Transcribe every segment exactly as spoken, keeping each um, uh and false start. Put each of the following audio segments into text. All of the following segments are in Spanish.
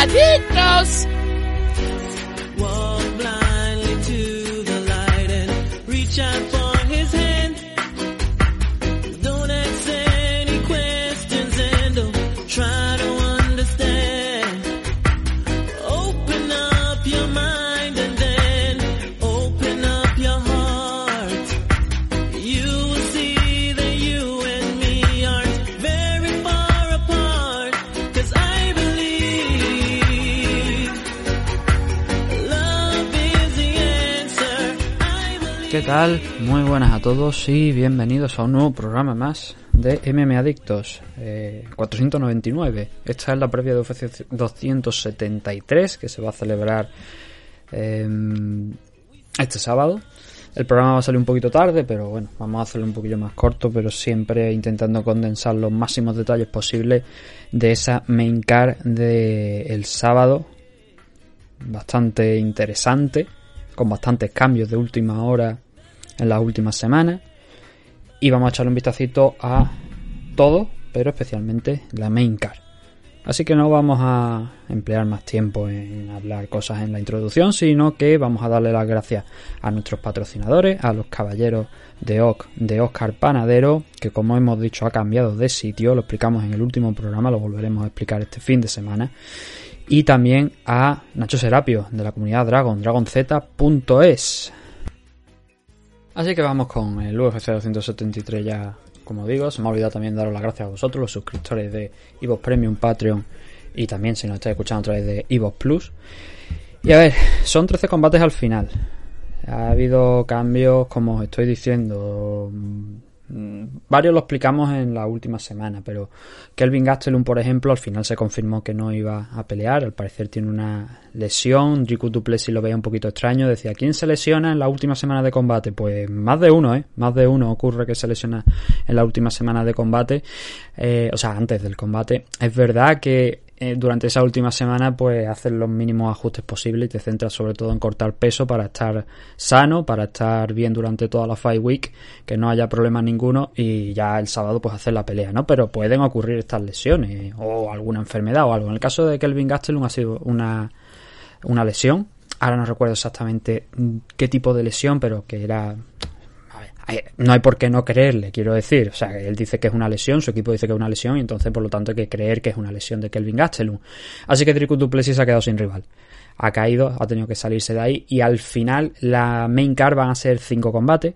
Adictos. Walk blindly to the light and reach out for his hand. Don't ask any questions and don't try to understand. Open up your mind and then open up your heart. You will see that you and me aren't very far apart. 'Cause I believe love is the answer. I believe. ¿Qué tal? Muy buenas a todos y bienvenidos a un nuevo programa más de M M Adictos, eh, cuatrocientos noventa y nueve. Esta es la previa de U F C doscientos setenta y tres que se va a celebrar eh, este sábado. El programa va a salir un poquito tarde, pero bueno, vamos a hacerlo un poquillo más corto, pero siempre intentando condensar los máximos detalles posibles de esa main card del sábado. Bastante interesante, con bastantes cambios de última hora en las últimas semanas. Y vamos a echarle un vistacito a todo, pero especialmente la main card. Así que no vamos a emplear más tiempo en hablar cosas en la introducción, sino que vamos a darle las gracias a nuestros patrocinadores, a los caballeros de O C de Óscar Panadero, que como hemos dicho ha cambiado de sitio, lo explicamos en el último programa, lo volveremos a explicar este fin de semana. Y también a Nacho Serapio, de la comunidad Dragon, dragonz punto es. Así que vamos con el U F C doscientos setenta y tres ya, como digo. Se me ha olvidado también daros las gracias a vosotros, los suscriptores de iVoox Premium, Patreon y también si nos estáis escuchando a través de iVoox Plus. Y a ver, son trece combates al final. Ha habido cambios, como os estoy diciendo. Varios lo explicamos en la última semana, pero Kelvin Gastelum, por ejemplo, al final se confirmó que no iba a pelear. Al parecer tiene una lesión. Dricus du Plessis lo veía un poquito extraño. Decía, ¿quién se lesiona en la última semana de combate? Pues más de uno, ¿eh? Más de uno ocurre que se lesiona en la última semana de combate. Eh, o sea, antes del combate. Es verdad que eh, durante esa última semana pues haces los mínimos ajustes posibles y te centras sobre todo en cortar peso para estar sano, para estar bien durante toda la Fight Week, que no haya problema ninguno y ya el sábado pues hacer la pelea, ¿no? Pero pueden ocurrir estas lesiones o alguna enfermedad o algo. En el caso de Kelvin Gastelum ha sido una, una lesión. Ahora no recuerdo exactamente qué tipo de lesión, pero que era... No hay por qué no creerle, quiero decir. O sea, él dice que es una lesión, su equipo dice que es una lesión, y entonces por lo tanto hay que creer que es una lesión de Kelvin Gastelum. Así que Dricus du Plessis se ha quedado sin rival. Ha caído, ha tenido que salirse de ahí, y al final la main card van a ser cinco combates.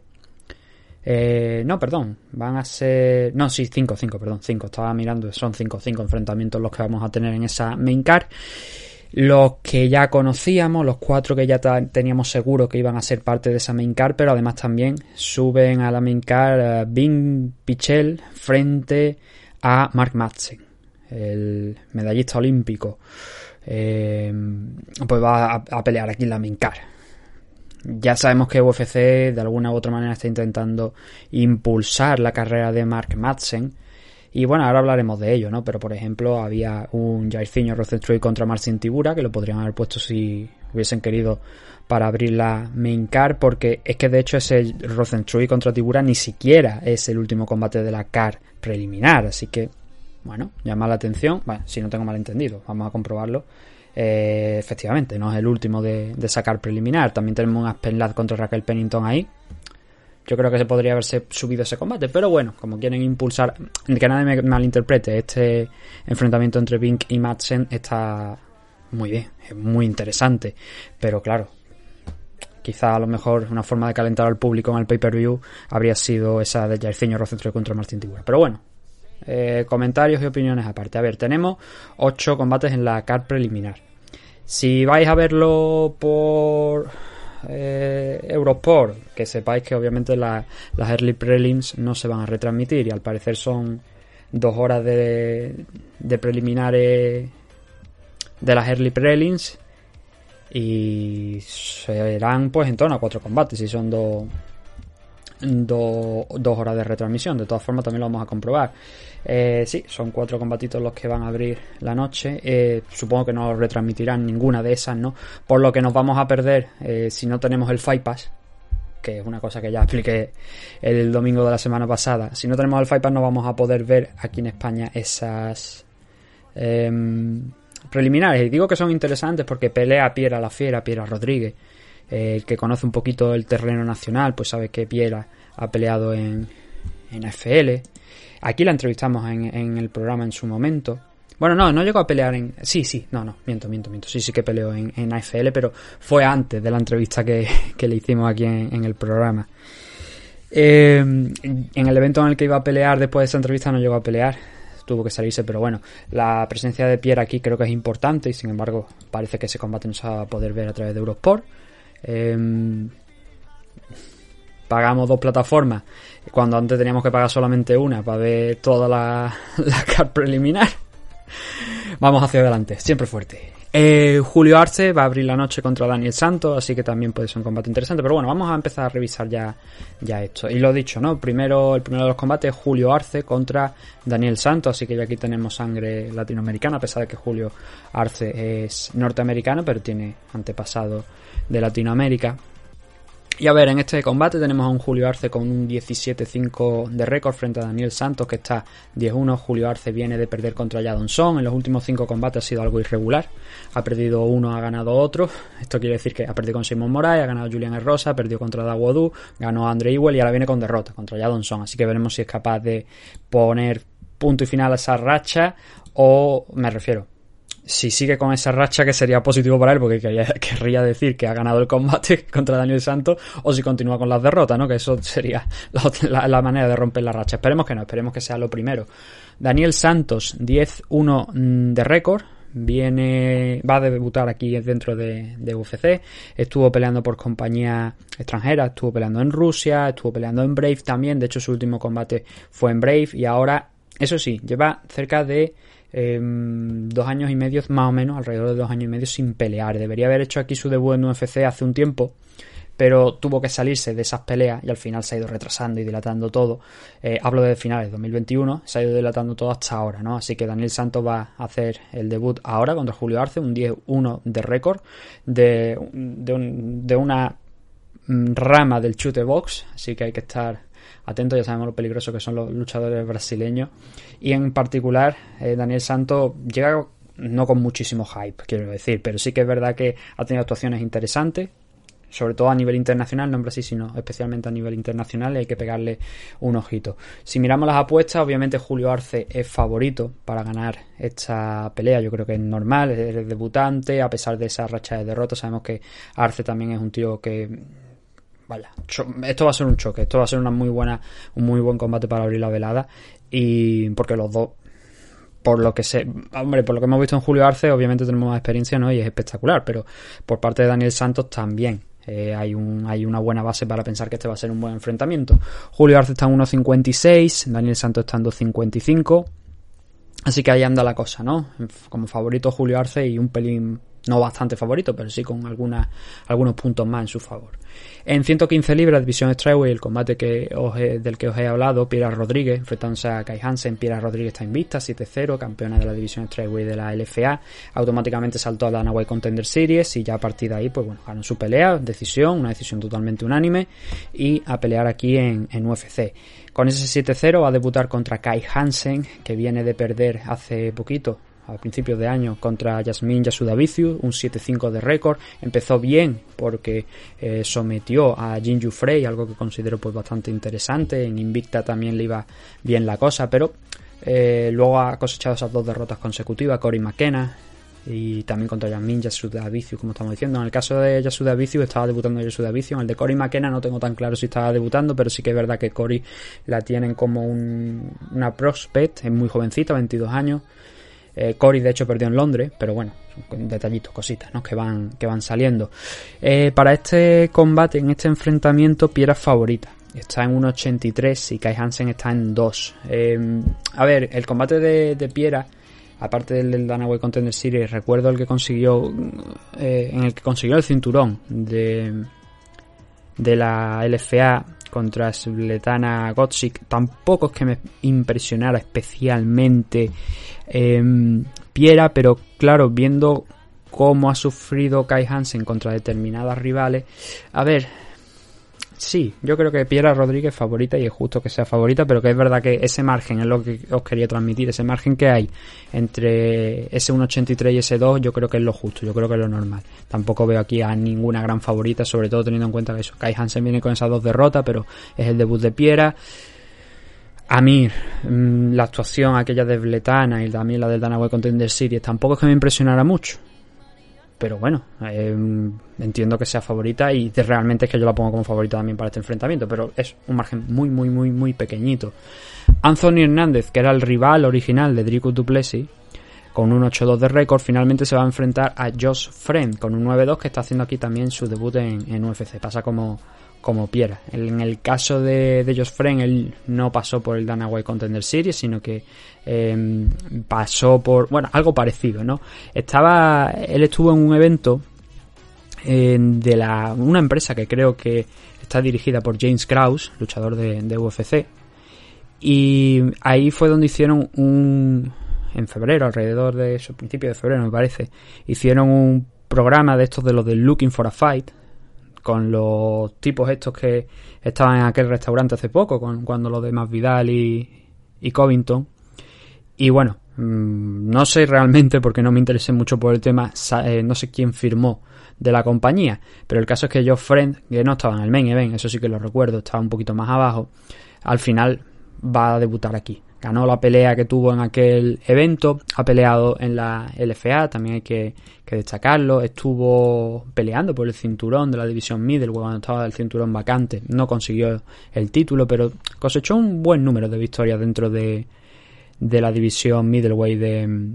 Eh, no, perdón, van a ser... No, sí, cinco, cinco, perdón, cinco. Estaba mirando, son cinco, cinco enfrentamientos los que vamos a tener en esa main card. Los que ya conocíamos, los cuatro que ya teníamos seguro que iban a ser parte de esa main card, pero además también suben a la main card uh, Vinc Pichel frente a Mark Madsen, el medallista olímpico. Eh, pues va a, a pelear aquí en la main card. Ya sabemos que U F C de alguna u otra manera está intentando impulsar la carrera de Mark Madsen. Y bueno, ahora hablaremos de ello, ¿no? Pero por ejemplo, había un Jairzinho Rozenstruik contra Marcin Tybura, que lo podrían haber puesto si hubiesen querido para abrir la main card, porque es que de hecho ese Rozenstruik contra Tybura ni siquiera es el último combate de la card preliminar, así que, bueno, llama la atención. Bueno, si no tengo malentendido, vamos a comprobarlo. Eh, efectivamente, no es el último de, de esa card preliminar. También tenemos un Aspen Ladd contra Raquel Pennington ahí. Yo creo que se podría haberse subido ese combate, pero bueno, como quieren impulsar, que nadie me malinterprete, este enfrentamiento entre Vinc y Madsen está muy bien, es muy interesante, pero claro, quizá a lo mejor una forma de calentar al público en el pay-per-view habría sido esa de Jairzinho Rozenstruik contra Marcin Tybura, pero bueno, eh, comentarios y opiniones aparte. A ver, tenemos ocho combates en la card preliminar. Si vais a verlo por... Eh, Eurosport, que sepáis que obviamente la, las early prelims no se van a retransmitir y al parecer son dos horas de, de preliminares de las early prelims y serán pues en torno a cuatro combates y son dos do, dos horas de retransmisión. De todas formas también lo vamos a comprobar. Eh, sí, son cuatro combatitos los que van a abrir la noche. Eh, supongo que no retransmitirán ninguna de esas, ¿no? Por lo que nos vamos a perder eh, si no tenemos el Fight Pass, que es una cosa que ya expliqué el domingo de la semana pasada. Si no tenemos el Fight Pass no vamos a poder ver aquí en España esas eh, preliminares. Y digo que son interesantes porque pelea Piera la Fiera, Piera Rodríguez. Eh, el que conoce un poquito el terreno nacional, pues sabe que Piera ha peleado en, en A F L. Aquí la entrevistamos en, en el programa en su momento. Bueno, no, no llegó a pelear en... Sí, sí, no, no, miento, miento, miento. Sí, sí que peleó en, en A F L, pero fue antes de la entrevista que, que le hicimos aquí en, en el programa. Eh, en el evento en el que iba a pelear después de esa entrevista no llegó a pelear. Tuvo que salirse, pero bueno, la presencia de Piera aquí creo que es importante y sin embargo parece que ese combate no se va a poder ver a través de Eurosport. Eh, pagamos dos plataformas cuando antes teníamos que pagar solamente una para ver toda la, la card preliminar. Vamos hacia adelante, siempre fuerte. eh, Julio Arce va a abrir la noche contra Daniel Santos, así que también puede ser un combate interesante. Pero bueno, vamos a empezar a revisar ya, ya esto. Y lo dicho, ¿no? Primero, el primero de los combates es Julio Arce contra Daniel Santos, así que ya aquí tenemos sangre latinoamericana, a pesar de que Julio Arce es norteamericano, pero tiene antepasado de Latinoamérica. Y a ver, en este combate tenemos a un Julio Arce con un diecisiete cinco de récord frente a Daniel Santos, que está diez uno. Julio Arce viene de perder contra Jadon Song. En los últimos cinco combates ha sido algo irregular. Ha perdido uno, ha ganado otro. Esto quiere decir que ha perdido con Simon Moraes, ha ganado Julian Rosa, ha perdido contra Dawodu, ganó a Andre Ewell y ahora viene con derrota contra Jadon Song. Así que veremos si es capaz de poner punto y final a esa racha, o me refiero... si sigue con esa racha, que sería positivo para él, porque querría, querría decir que ha ganado el combate contra Daniel Santos, o si continúa con las derrotas, ¿no? Que eso sería la, la, la manera de romper la racha. Esperemos que no, esperemos que sea lo primero. Daniel Santos, diez uno de récord, viene, va a debutar aquí dentro de, de U F C. Estuvo peleando por compañía extranjera, estuvo peleando en Rusia, estuvo peleando en Brave también. De hecho, su último combate fue en Brave, y ahora, eso sí, lleva cerca de Eh, dos años y medio, más o menos, alrededor de dos años y medio sin pelear. Debería haber hecho aquí su debut en U F C hace un tiempo, pero tuvo que salirse de esas peleas y al final se ha ido retrasando y dilatando todo. Eh, hablo de finales de dos mil veintiuno, se ha ido dilatando todo hasta ahora, ¿no? Así que Daniel Santos va a hacer el debut ahora contra Julio Arce, un diez uno de récord de, de, un, de una rama del chute box, así que hay que estar atentos. Ya sabemos lo peligroso que son los luchadores brasileños, y en particular eh, Daniel Santos llega no con muchísimo hype, quiero decir, pero sí que es verdad que ha tenido actuaciones interesantes, sobre todo a nivel internacional, no en Brasil, sino especialmente a nivel internacional, y hay que pegarle un ojito. Si miramos las apuestas, obviamente Julio Arce es favorito para ganar esta pelea. Yo creo que es normal, es debutante, a pesar de esa racha de derrotas. Sabemos que Arce también es un tío que... Vaya, esto va a ser un choque, esto va a ser una muy buena, un muy buen combate para abrir la velada, y porque los dos, por lo que sé, hombre, por lo que hemos visto en Julio Arce, obviamente tenemos más experiencia, ¿no? Y es espectacular, pero por parte de Daniel Santos también eh, hay un hay una buena base para pensar que este va a ser un buen enfrentamiento. Julio Arce está en uno cincuenta y seis, Daniel Santos está en dos cincuenta y cinco, así que ahí anda la cosa, ¿no? Como favorito Julio Arce, y un pelín, no bastante favorito, pero sí con algunas, algunos puntos más en su favor. En ciento quince libras, división Strawweight, el combate que os he, del que os he hablado, Piera Rodríguez enfrentándose a Kai Hansen. Piera Rodríguez está invicta, siete cero, campeona de la división Strawweight de la L F A. Automáticamente saltó a la Dana White Contender Series, y ya a partir de ahí, pues bueno, ganó su pelea, decisión, una decisión totalmente unánime, y a pelear aquí en, en U F C. Con ese siete cero va a debutar contra Kai Hansen, que viene de perder hace poquito, a principios de año, contra Yasmin Yasudavicius, un siete cinco de récord. Empezó bien porque eh, sometió a Jinju Frey, algo que considero pues bastante interesante. En Invicta también le iba bien la cosa, pero eh, luego ha cosechado esas dos derrotas consecutivas, Cory McKenna y también contra Yasmin Yasudavicius, como estamos diciendo. En el caso de Yasudavicius estaba debutando Yasudavicius, en el de Cory McKenna no tengo tan claro si estaba debutando, pero sí que es verdad que Cory la tienen como un, una prospect, es muy jovencita, veintidós años. Eh, Cory de hecho perdió en Londres, pero bueno, son detallitos, cositas, ¿no? que van que van saliendo. Eh, para este combate, en este enfrentamiento, Piera es favorita. Está en uno ochenta y tres y Kai Hansen está en dos. Eh, a ver, el combate de, de Piera, aparte del, del Dana White Contender Series, recuerdo el que consiguió, eh, en el que consiguió el cinturón de de la L F A contra Svetlana Gotzik. Tampoco es que me impresionara especialmente eh, Piera, pero claro, viendo cómo ha sufrido Kai Hansen contra determinadas rivales, a ver, Sí, yo creo que Piera Rodríguez es favorita y es justo que sea favorita, pero que es verdad que ese margen es lo que os quería transmitir, ese margen que hay entre ese uno ochenta y tres y ese dos, yo creo que es lo justo, yo creo que es lo normal. Tampoco veo aquí a ninguna gran favorita, sobre todo teniendo en cuenta que eso, Kai Hansen viene con esas dos derrotas, pero es el debut de Piera. A mí, la actuación aquella de Vletana y también la del Dana White Contender Series tampoco es que me impresionara mucho. Pero bueno, eh, entiendo que sea favorita y de, realmente es que yo la pongo como favorita también para este enfrentamiento, pero es un margen muy, muy, muy, muy pequeñito. Anthony Hernández, que era el rival original de Dricus du Plessis, con un ocho dos de récord, finalmente se va a enfrentar a Josh Friend, con un nueve dos que está haciendo aquí también su debut en, en U F C. Pasa como, como Piera. En el caso de, de Josh Friend, él no pasó por el Dana White Contender Series, sino que eh, pasó por, bueno, algo parecido, ¿no? Estaba, él estuvo en un evento eh, de la una empresa que creo que está dirigida por James Krause, luchador de, de U F C, y ahí fue donde hicieron un, en febrero, alrededor de eso, principio de febrero me parece, hicieron un programa de estos de los de Looking for a Fight, con los tipos estos que estaban en aquel restaurante hace poco, con, cuando los de Masvidal y, y Covington. Y bueno, mmm, no sé realmente, porque no me interesé mucho por el tema, eh, no sé quién firmó de la compañía, pero el caso es que Josh Friend, que no estaba en el main event, eso sí que lo recuerdo, estaba un poquito más abajo, al final va a debutar aquí. Ganó la pelea que tuvo en aquel evento, ha peleado en la L F A, también hay que, que destacarlo, estuvo peleando por el cinturón de la división middleweight cuando estaba el cinturón vacante, no consiguió el título, pero cosechó un buen número de victorias dentro de, de la división middleweight de,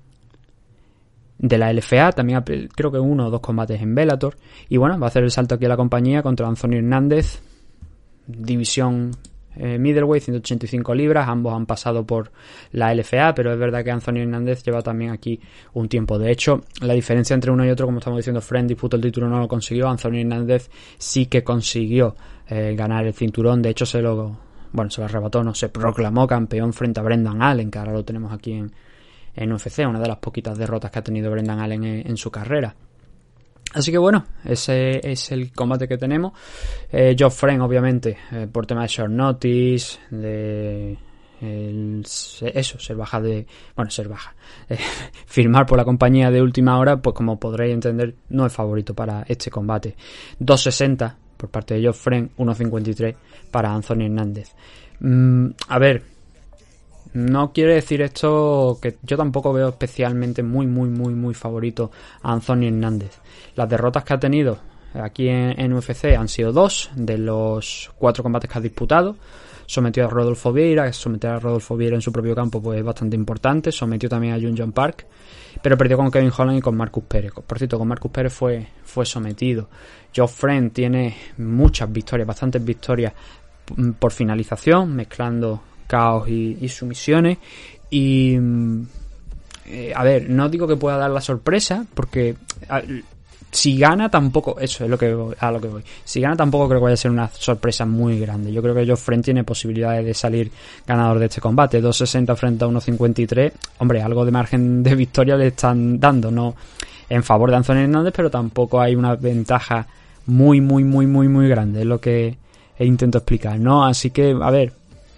de la L F A, también creo que uno o dos combates en Bellator, y bueno, va a hacer el salto aquí a la compañía contra Anthony Hernández, división Eh, middleweight, ciento ochenta y cinco libras, ambos han pasado por la L F A, pero es verdad que Anthony Hernández lleva también aquí un tiempo. De hecho, la diferencia entre uno y otro, como estamos diciendo, Friend disputó el título, no lo consiguió. Anthony Hernández sí que consiguió eh, ganar el cinturón, de hecho se lo bueno se lo arrebató, no se proclamó campeón frente a Brendan Allen, que ahora lo tenemos aquí en, en U F C, una de las poquitas derrotas que ha tenido Brendan Allen en, en su carrera. Así que bueno, ese es el combate que tenemos. Eh, Josh Friend, obviamente, eh, por tema de short notice, de el, eso, ser baja de... Bueno, ser baja. Eh, firmar por la compañía de última hora, pues como podréis entender, no es favorito para este combate. dos sesenta por parte de Josh Friend, uno cincuenta y tres para Anthony Hernández. Mm, a ver... No quiere decir esto que yo tampoco veo especialmente muy, muy, muy, muy favorito a Anthony Hernández. Las derrotas que ha tenido aquí en, en U F C han sido dos de los cuatro combates que ha disputado. Sometió a Rodolfo Vieira, que someter a Rodolfo Vieira en su propio campo pues es bastante importante. Sometió también a Jun Jon Park, pero perdió con Kevin Holland y con Marcus Pérez. Por cierto, con Marcus Pérez fue, fue sometido. Josh Friend tiene muchas victorias, bastantes victorias por finalización, mezclando caos y, y sumisiones, y eh, a ver, no digo que pueda dar la sorpresa, porque a, si gana tampoco, eso es lo que a lo que voy, si gana tampoco creo que vaya a ser una sorpresa muy grande. Yo creo que Josh Friend tiene posibilidades de salir ganador de este combate. Dos sesenta frente a uno cincuenta y tres, hombre, algo de margen de victoria le están dando, no en favor de Anthony Hernández, pero tampoco hay una ventaja muy, muy, muy, muy, muy grande, es lo que intento explicar, ¿no? Así que, a ver,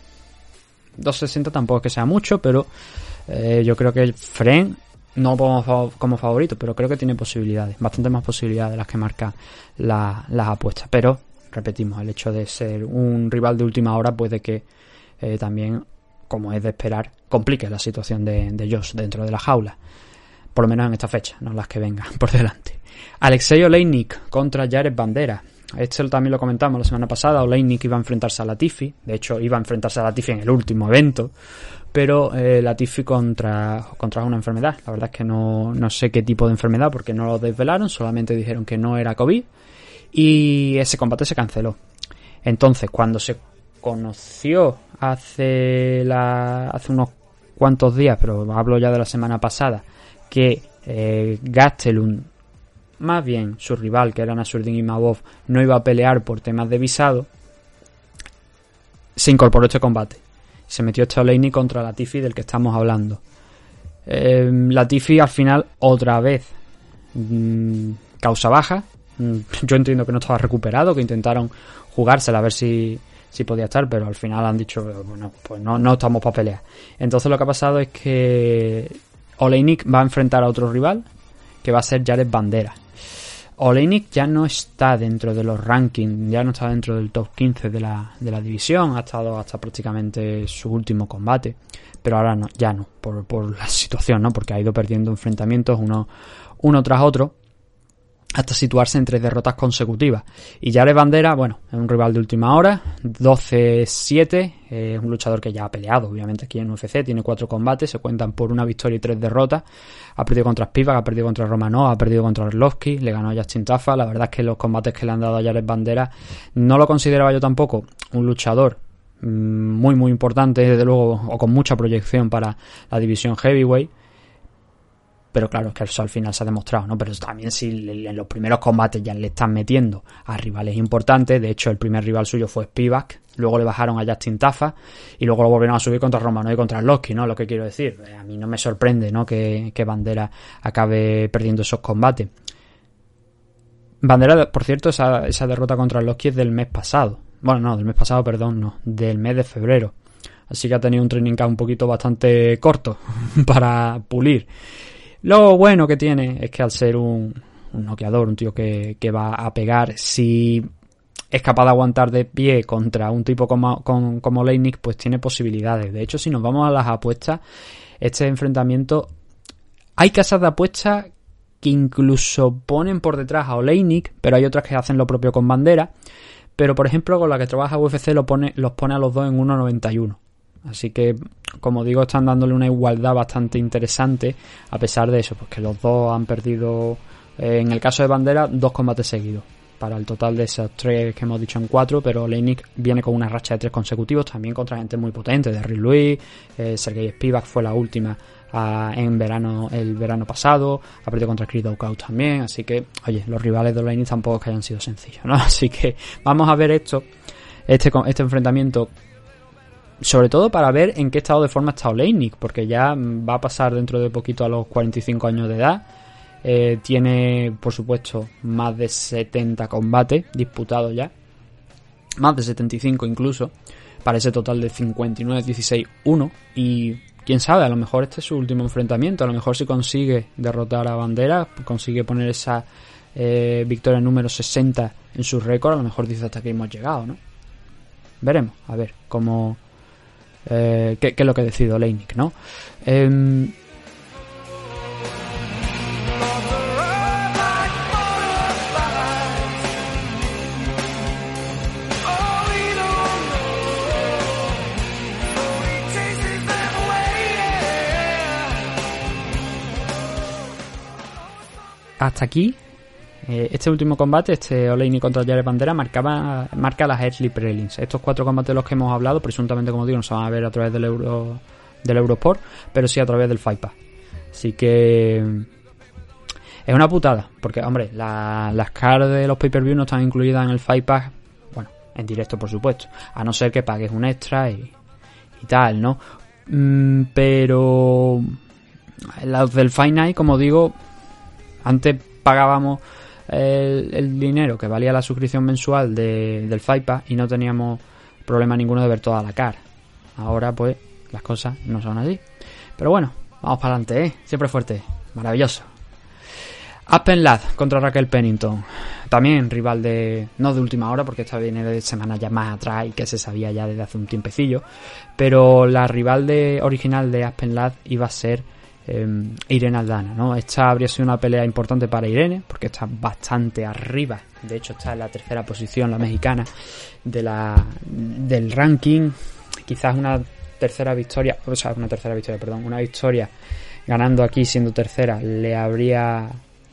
dos sesenta tampoco es que sea mucho, pero eh, yo creo que Friend no como, como favorito, pero creo que tiene posibilidades, bastante más posibilidades de las que marcan la, las apuestas. Pero, repetimos, el hecho de ser un rival de última hora puede que eh, también, como es de esperar, complique la situación de, de Josh dentro de la jaula. Por lo menos en esta fecha, no las que vengan por delante. Alexei Oleinik contra Jared Vanderaa. Esto también lo comentamos la semana pasada. Oleinik iba a enfrentarse a Latifi. De hecho, iba a enfrentarse a Latifi en el último evento. Pero eh, Latifi contra, contrajo una enfermedad. La verdad es que no, no sé qué tipo de enfermedad porque no lo desvelaron. Solamente dijeron que no era COVID. Y ese combate se canceló. Entonces, cuando se conoció hace, la, hace unos cuantos días, pero hablo ya de la semana pasada, que eh, Gastelum, más bien su rival, que era Nasruddin Imavov, no iba a pelear por temas de visado, se incorporó este combate. Se metió este Oleinik contra Latifi, del que estamos hablando. Eh, Latifi al final, otra vez, mmm, causa baja, Yo entiendo que no estaba recuperado, que intentaron jugársela a ver si, si podía estar, pero al final han dicho, bueno, pues no, no estamos para pelear. Entonces lo que ha pasado es que Oleinik va a enfrentar a otro rival, que va a ser Jared Vanderas. Oleinik ya no está dentro de los rankings, ya no está dentro del top quince de la, de la división, ha estado hasta prácticamente su último combate, pero ahora no, ya no, por, por la situación, ¿no? Porque ha ido perdiendo enfrentamientos uno, uno tras otro, hasta situarse en tres derrotas consecutivas. Y Jared Vanderas, bueno, es un rival de última hora, doce siete, eh, es un luchador que ya ha peleado, obviamente, aquí en U F C, tiene cuatro combates, se cuentan por una victoria y tres derrotas, ha perdido contra Spivak, ha perdido contra Romanov, ha perdido contra Arlovski, le ganó a Justin Tafa. La verdad es que los combates que le han dado a Jared Vanderas no lo consideraba yo tampoco un luchador muy muy importante, desde luego, o con mucha proyección para la división heavyweight. Pero claro, es que eso al final se ha demostrado, ¿no? Pero también si en los primeros combates ya le están metiendo a rivales importantes, de hecho el primer rival suyo fue Spivak, luego le bajaron a Justin Tafa y luego lo volvieron a subir contra Romanov y contra Arlovski, ¿no? Lo que quiero decir, a mí no me sorprende, ¿no? Que, que Vanderas acabe perdiendo esos combates. Vanderas, por cierto, esa, esa derrota contra Arlovski es del mes pasado. Bueno, no, del mes pasado, perdón, no, del mes de febrero. Así que ha tenido un training camp un poquito bastante corto para pulir. Lo bueno que tiene es que al ser un, un noqueador, un tío que, que va a pegar, si es capaz de aguantar de pie contra un tipo como, como, como Oleinik, pues tiene posibilidades. De hecho, si nos vamos a las apuestas, este enfrentamiento, hay casas de apuestas que incluso ponen por detrás a Oleinik, pero hay otras que hacen lo propio con Vanderas. Pero, por ejemplo, con la que trabaja U F C lo pone, los pone a los dos en uno noventa y uno. Así que, como digo, están dándole una igualdad bastante interesante, a pesar de eso, porque los dos han perdido, eh, en el caso de Vanderas, dos combates seguidos, para el total de esos tres que hemos dicho en cuatro, pero Oleinik viene con una racha de tres consecutivos, también contra gente muy potente, Derrick Lewis, eh, Sergey Spivak fue la última a, en verano, el verano pasado, ha perdido contra Chris Daukaus también, así que, oye, los rivales de Oleinik tampoco es que hayan sido sencillos, ¿no? Así que vamos a ver esto, este, este enfrentamiento, sobre todo para ver en qué estado de forma está Oleinik, porque ya va a pasar dentro de poquito a los cuarenta y cinco años de edad. Eh, tiene, por supuesto, más de setenta combates disputados ya, más de setenta y cinco incluso, para ese total de cincuenta y nueve dieciséis uno, y quién sabe, a lo mejor este es su último enfrentamiento, a lo mejor si consigue derrotar a Vanderas, consigue poner esa eh, victoria número sesenta en su récord, a lo mejor dice hasta que hemos llegado, ¿no? Veremos, a ver cómo eh, qué, qué es lo que decide Oleinik, ¿no? Eh, Hasta aquí, eh, este último combate, este Oleinik contra Jared Vanderas, marcaba, marca las Early Prelims. Estos cuatro combates de los que hemos hablado, presuntamente, como digo, no se van a ver a través del Euro, del Eurosport, pero sí a través del Fight Pass. Así que es una putada, porque, hombre, la, las cards de los pay-per-view no están incluidas en el Fight Pass, bueno, en directo, por supuesto, a no ser que pagues un extra y, y tal, ¿no? Mm, pero los del Fight Night, como digo, antes pagábamos el, el dinero que valía la suscripción mensual de, del Fight Pass y no teníamos problema ninguno de ver toda la cara. Ahora, pues, las cosas no son así. Pero bueno, vamos para adelante, ¿eh? Siempre fuerte, maravilloso. Aspen Ladd contra Raquel Pennington. También rival de... no de última hora, porque esta viene de semanas ya más atrás y que se sabía ya desde hace un tiempecillo. Pero la rival de original de Aspen Ladd iba a ser Eh, Irene Aldana, ¿no? Esta habría sido una pelea importante para Irene porque está bastante arriba, de hecho está en la tercera posición, la mexicana, de la del ranking. Quizás una tercera victoria, o sea, una tercera victoria, perdón, una victoria ganando aquí siendo tercera le habría...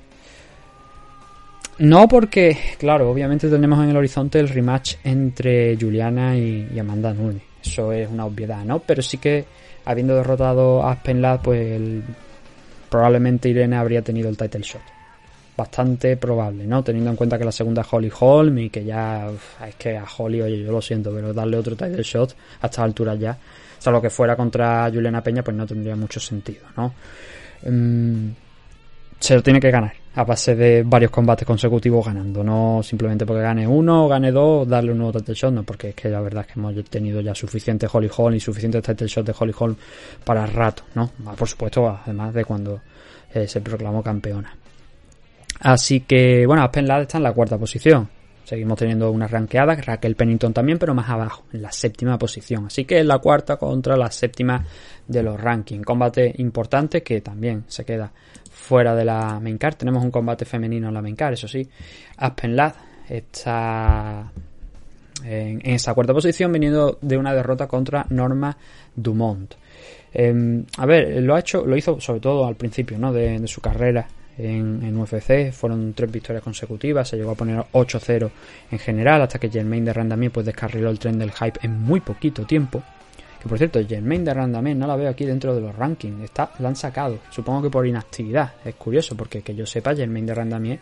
No, porque, claro, obviamente tenemos en el horizonte el rematch entre Juliana y, y Amanda Nunes, eso es una obviedad, ¿no? Pero sí que habiendo derrotado a Aspen Ladd, pues el, probablemente Irene habría tenido el title shot. Bastante probable, ¿no? Teniendo en cuenta que la segunda es Holly Holm y que ya uf, es que a Holly, oye, yo lo siento, pero darle otro title shot a estas alturas ya, salvo que fuera contra Juliana Peña, pues no tendría mucho sentido, ¿no? Um, se lo tiene que ganar a base de varios combates consecutivos ganando, no simplemente porque gane uno o gane dos, darle un nuevo title shot, no, porque es que la verdad es que hemos tenido ya suficiente Holly Holm y suficiente title shot de Holly Holm para rato, ¿no? Por supuesto, además de cuando eh, se proclamó campeona. Así que, bueno, Aspen Ladd está en la cuarta posición. Seguimos teniendo una ranqueada, Raquel Pennington también, pero más abajo, en la séptima posición. Así que es la cuarta contra la séptima de los rankings. Combate importante que también se queda fuera de la main card. Tenemos un combate femenino en la main card, eso sí. Aspen Ladd está en, en esa cuarta posición, viniendo de una derrota contra Norma Dumont. Eh, a ver, lo ha hecho, lo hizo sobre todo al principio, ¿no? de, de su carrera. En, en U F C fueron tres victorias consecutivas, se llegó a poner ocho cero en general hasta que Germaine de Randamie pues descarriló el tren del hype en muy poquito tiempo. Que por cierto, Germaine de Randamie no la veo aquí dentro de los rankings, está, la han sacado, supongo que por inactividad. Es curioso porque que yo sepa, Germaine de Randamie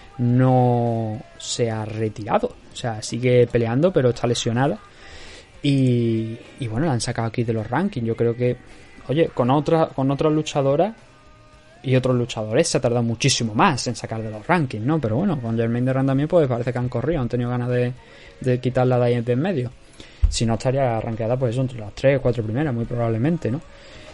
no se ha retirado, o sea, sigue peleando pero está lesionada y, y bueno, la han sacado aquí de los rankings. Yo creo que, oye, con otra, con otras luchadoras y otros luchadores se ha tardado muchísimo más en sacar de los rankings, ¿no? Pero bueno, con Germaine de Randamie pues parece que han corrido, han tenido ganas de, de quitarla de ahí de en medio. Si no, estaría rankeada pues entre las tres o cuatro primeras, muy probablemente, ¿no?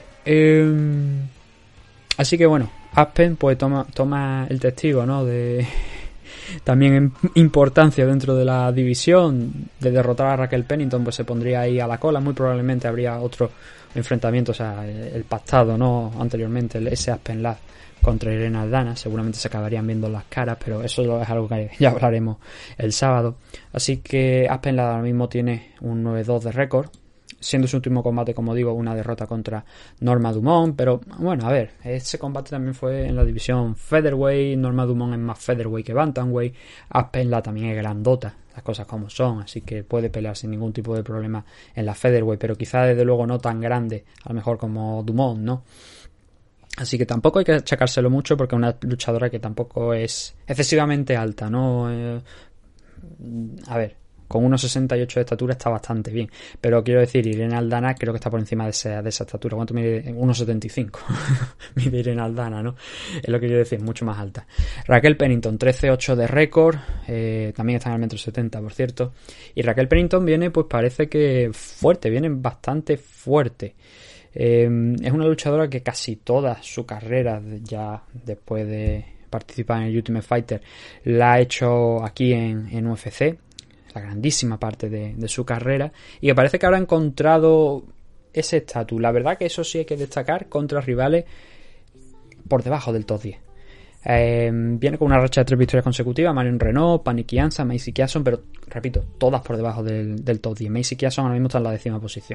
Eh, así que bueno, Aspen pues toma, toma el testigo, ¿no? De también en importancia dentro de la división, de derrotar a Raquel Pennington, pues se pondría ahí a la cola. Muy probablemente habría otro enfrentamiento, o sea, el pactado, ¿no? Anteriormente, ese Aspen Ladd contra Irene Aldana, seguramente se acabarían viendo las caras, pero eso es algo que ya hablaremos el sábado. Así que Aspen Ladd ahora mismo tiene un nueve dos de récord, siendo su último combate, como digo, una derrota contra Norma Dumont, pero bueno, a ver, ese combate también fue en la división Featherweight. Norma Dumont es más Featherweight que Bantamweight, Aspen Ladd también es grandota, las cosas como son, así que puede pelear sin ningún tipo de problema en la Featherweight, pero quizá desde luego no tan grande, a lo mejor como Dumont, ¿no? Así que tampoco hay que achacárselo mucho porque es una luchadora que tampoco es excesivamente alta, ¿no? Eh, a ver, con uno sesenta y ocho de estatura está bastante bien, pero quiero decir, Irene Aldana creo que está por encima de esa, de esa estatura. ¿Cuánto mide? uno setenta y cinco mide Irene Aldana, ¿no? Es lo que quiero decir, mucho más alta. Raquel Pennington, trece ocho de récord, eh, también está en el metro setenta, por cierto, y Raquel Pennington viene, pues parece que fuerte, viene bastante fuerte. Eh, es una luchadora que casi toda su carrera, ya después de participar en el Ultimate Fighter, la ha hecho aquí en, en U F C, la grandísima parte de, de su carrera, y que parece que ahora ha encontrado ese estatus. La verdad que eso sí hay que destacar, contra rivales por debajo del top diez. Eh, viene con una racha de tres victorias consecutivas: Marion Renault, Panic Jansa, Macy Kiasson, pero repito, todas por debajo del, del top diez. Macy Kiasson ahora mismo está en la décima posición.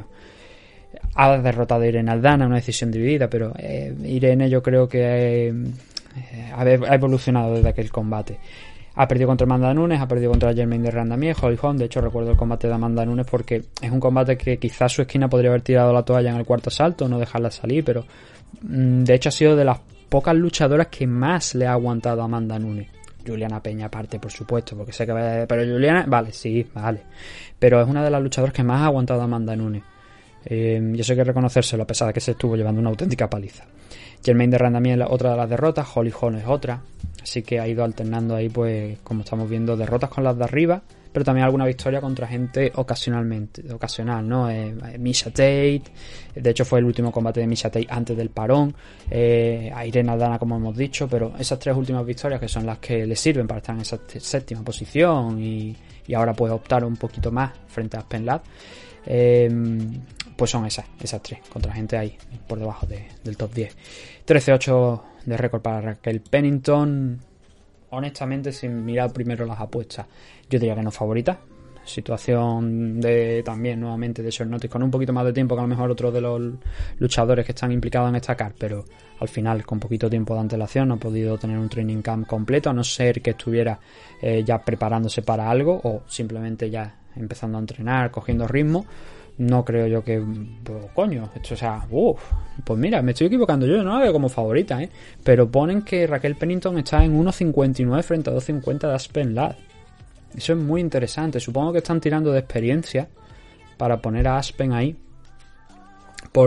Ha derrotado a Irene Aldana, una decisión dividida, pero eh, Irene yo creo que eh, ha evolucionado desde aquel combate. Ha perdido contra Amanda Nunes, ha perdido contra Germaine de Randamie, Holly Holm. De hecho, recuerdo el combate de Amanda Nunes porque es un combate que quizás su esquina podría haber tirado la toalla en el cuarto asalto, no dejarla salir, pero mmm, de hecho ha sido de las pocas luchadoras que más le ha aguantado a Amanda Nunes. Juliana Peña aparte, por supuesto, porque sé que va a... Pero Juliana, vale, sí, vale. Pero es una de las luchadoras que más ha aguantado a Amanda Nunes. Eh, y eso hay que reconocérselo, a pesar de que se estuvo llevando una auténtica paliza. Germaine de Randamie es otra de las derrotas, Holly Holm es otra, así que ha ido alternando ahí, pues como estamos viendo, derrotas con las de arriba, pero también alguna victoria contra gente ocasionalmente, ocasional, ¿no? Eh, Misha Tate, de hecho fue el último combate de Misha Tate antes del parón, eh, a Irene Aldana, como hemos dicho, pero esas tres últimas victorias que son las que le sirven para estar en esa séptima posición y, y ahora puede optar un poquito más frente a Aspen Ladd. Eh, pues son esas, esas tres, contra gente ahí, por debajo de, del top diez. trece ocho de récord para Raquel Pennington. Honestamente, sin mirar primero las apuestas, yo diría que no favorita. Situación de también nuevamente de short notice, con un poquito más de tiempo que a lo mejor otros de los luchadores que están implicados en esta card, pero al final con poquito tiempo de antelación no ha podido tener un training camp completo, a no ser que estuviera eh, ya preparándose para algo o simplemente ya empezando a entrenar, cogiendo ritmo. No creo yo que... Pues, coño, esto, o sea, uff, pues mira, me estoy equivocando, yo no la veo como favorita, ¿eh? Pero ponen que Raquel Pennington está en uno cincuenta y nueve frente a dos cincuenta de Aspen Ladd. Eso es muy interesante. Supongo que están tirando de experiencia para poner a Aspen ahí.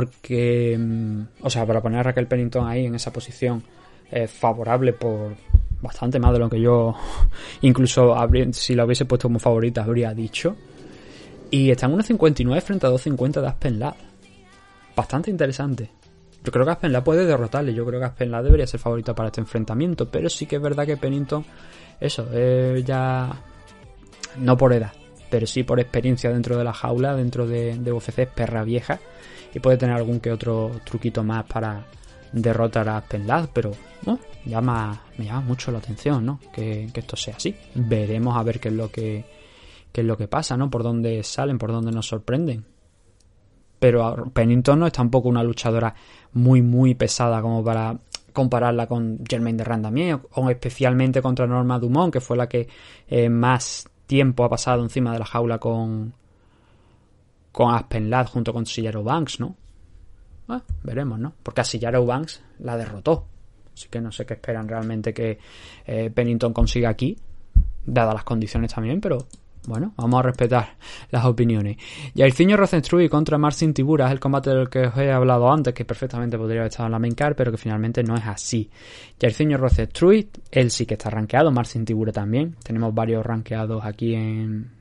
Porque... O sea, para poner a Raquel Pennington ahí en esa posición eh, favorable por, bastante más de lo que yo incluso habría, si la hubiese puesto como favorita habría dicho. Y está en uno cincuenta y nueve frente a dos cincuenta de Aspen Ladd. Bastante interesante. Yo creo que Aspen Ladd puede derrotarle. Yo creo que Aspen Ladd debería ser favorita para este enfrentamiento. Pero sí que es verdad que Pennington, eso, eh, ya no por edad, pero sí por experiencia dentro de la jaula, dentro de, de U F C, es perra vieja. Y puede tener algún que otro truquito más para derrotar a Aspen Ladd. Pero ¿no? llama, me llama mucho la atención, ¿no? Que, que esto sea así. Veremos a ver qué es lo que, qué es lo que pasa, ¿no? Por dónde salen, por dónde nos sorprenden. Pero Pennington no es tampoco una luchadora muy, muy pesada como para compararla con Germaine de Randamier o especialmente contra Norma Dumont, que fue la que eh, más tiempo ha pasado encima de la jaula con con Aspen Ladd junto con Silla Eubanks, ¿no? Ah, veremos, ¿no? Porque a Silla Eubanks la derrotó. Así que no sé qué esperan realmente que eh, Pennington consiga aquí, dadas las condiciones también, pero bueno, vamos a respetar las opiniones. Jairzinho Rozenstruik contra Marcin Tybura es el combate del que os he hablado antes, que perfectamente podría haber estado en la main card, pero que finalmente no es así. Jairzinho Rozenstruik, él sí que está rankeado, Marcin Tybura también. Tenemos varios rankeados aquí en,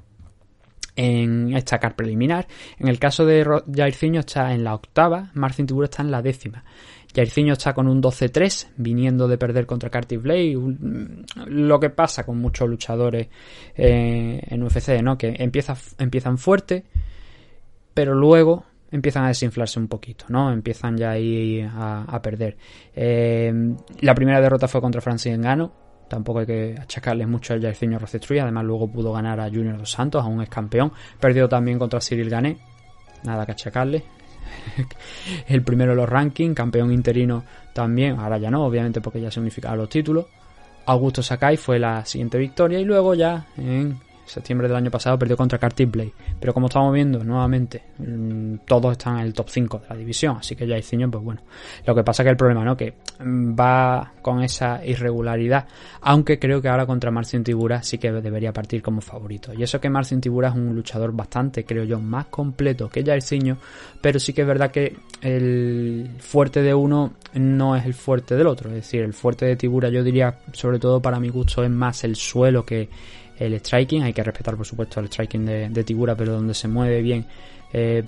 en esta card preliminar. En el caso de Jairzinho está en la octava, Marcin Tybura está en la décima. Jairzinho está con un doce tres, viniendo de perder contra Curtis Blade. Lo que pasa con muchos luchadores eh, en U F C, ¿no? Que empieza, empiezan fuerte, pero luego empiezan a desinflarse un poquito, ¿no? Empiezan ya ahí a, a perder. Eh, la primera derrota fue contra Francis Ngannou. Tampoco hay que achacarle mucho a Jairzinho Rozenstruik. Además, luego pudo ganar a Junior Dos Santos, a un ex campeón. Perdió también contra Cyril Gane. Nada que achacarle. El primero de los rankings, campeón interino también, ahora ya no, obviamente porque ya se unificaron los títulos. Augusto Sakai fue la siguiente victoria y luego ya en septiembre del año pasado perdió contra Curtis Blade. Pero como estamos viendo nuevamente, todos están en el top cinco de la división, así que Jairzinho, pues bueno, lo que pasa que el problema, ¿no? Que va con esa irregularidad, aunque creo que ahora contra Marcin Tybura sí que debería partir como favorito. Y eso que Marcin Tybura es un luchador bastante, creo yo, más completo que Jairzinho, pero sí que es verdad que el fuerte de uno no es el fuerte del otro. Es decir, el fuerte de Tybura, yo diría, sobre todo para mi gusto, es más el suelo que el striking. Hay que respetar, por supuesto, el striking de, de Tybura, pero donde se mueve bien, eh,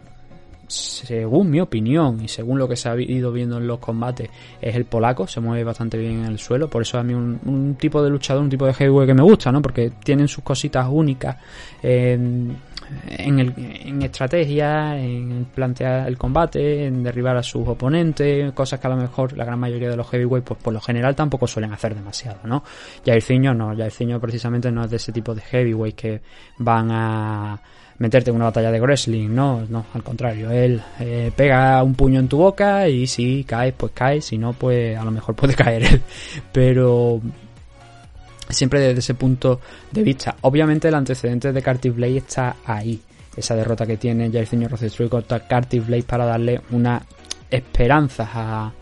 según mi opinión y según lo que se ha ido viendo en los combates, es el polaco. Se mueve bastante bien en el suelo. Por eso a mí un, un tipo de luchador, un tipo de heavyweight que me gusta, ¿no? Porque tienen sus cositas únicas eh, en, el, en estrategia, en plantear el combate, en derribar a sus oponentes, cosas que a lo mejor la gran mayoría de los heavyweight pues por lo general tampoco suelen hacer demasiado, ¿no? Jairzinho no, Jairzinho precisamente no es de ese tipo de heavyweight que van a meterte en una batalla de wrestling, no, no, al contrario, él eh, pega un puño en tu boca y si caes, pues caes, si no, pues a lo mejor puede caer él, pero siempre desde ese punto de vista. Obviamente el antecedente de Curtis Blade está ahí, esa derrota que tiene Jairzinho Rozenstruik contra Curtis Blade para darle una esperanza a,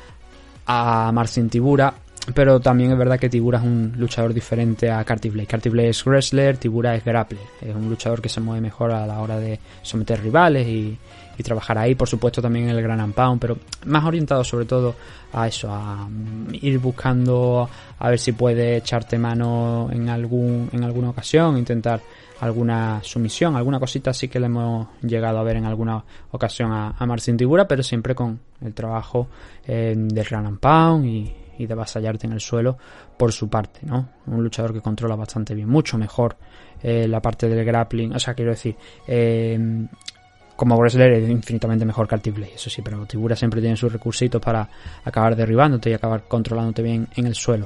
a Marcin Tybura. Pero también es verdad que Tybura es un luchador diferente a Curtis Blade. Curtis Blade es wrestler, Tybura es grappler. Es un luchador que se mueve mejor a la hora de someter rivales y, y trabajar ahí. Por supuesto también en el Ground and Pound, pero más orientado sobre todo a eso, a ir buscando a ver si puede echarte mano en algún en alguna ocasión, intentar alguna sumisión, alguna cosita así que le hemos llegado a ver en alguna ocasión a, a Marcin Tybura, pero siempre con el trabajo eh, del Ground and Pound y y de avasallarte en el suelo por su parte, ¿no? Un luchador que controla bastante bien, mucho mejor eh, la parte del grappling, o sea, quiero decir, eh, como wrestler es infinitamente mejor que Curtis Blade, eso sí, pero Tybura siempre tiene sus recursitos para acabar derribándote y acabar controlándote bien en el suelo.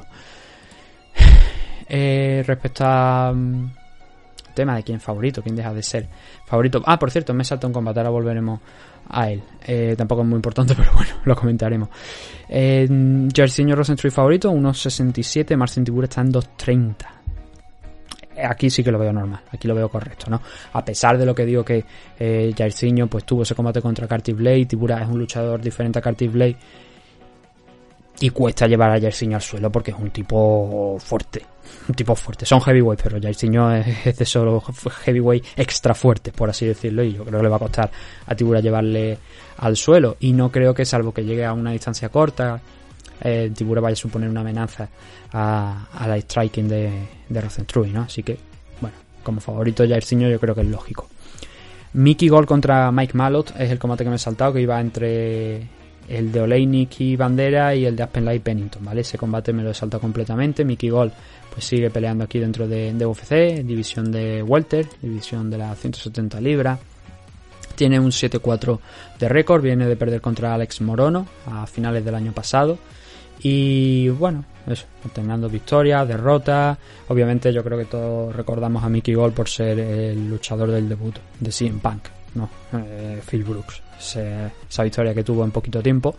Eh, respecto a um, tema de quién favorito, quién deja de ser favorito. Ah, por cierto, me salta un combate, ahora volveremos a él. Eh, tampoco es muy importante, pero bueno, lo comentaremos. Eh, Jairzinho Rozenstruik favorito, uno sesenta y siete, Marcin Tybura está en dos treinta. Aquí sí que lo veo normal, aquí lo veo correcto, ¿no? A pesar de lo que digo que eh, Jairzinho pues tuvo ese combate contra Curtis Blade, Tybura es un luchador diferente a Curtis Blade y cuesta llevar a Jairzinho al suelo porque es un tipo fuerte, un tipo fuerte. Son heavyweight, pero Jairzinho es, es de solo heavyweight extra fuerte, por así decirlo, y yo creo que le va a costar a Tybura llevarle al suelo. Y no creo que, salvo que llegue a una distancia corta, eh, Tibura vaya a suponer una amenaza a, a la striking de, de Rozenstruik, ¿no? Así que, bueno, como favorito Jairzinho yo creo que es lógico. Mickey Gall contra Mike Malott es el combate que me he saltado, que iba entre el de Oleinik y Bandera y el de Aspenlay y Pennington, ¿vale? Ese combate me lo he saltado completamente. Mickey Gall pues sigue peleando aquí dentro de, de U F C, división de welter, división de las ciento setenta libras. Tiene un siete cuatro de récord, viene de perder contra Alex Morono a finales del año pasado. Y bueno, eso, alternando victorias, derrotas. Obviamente yo creo que todos recordamos a Mickey Gall por ser el luchador del debut de C M Punk, no, eh, Phil Brooks. Ese, esa victoria que tuvo en poquito tiempo.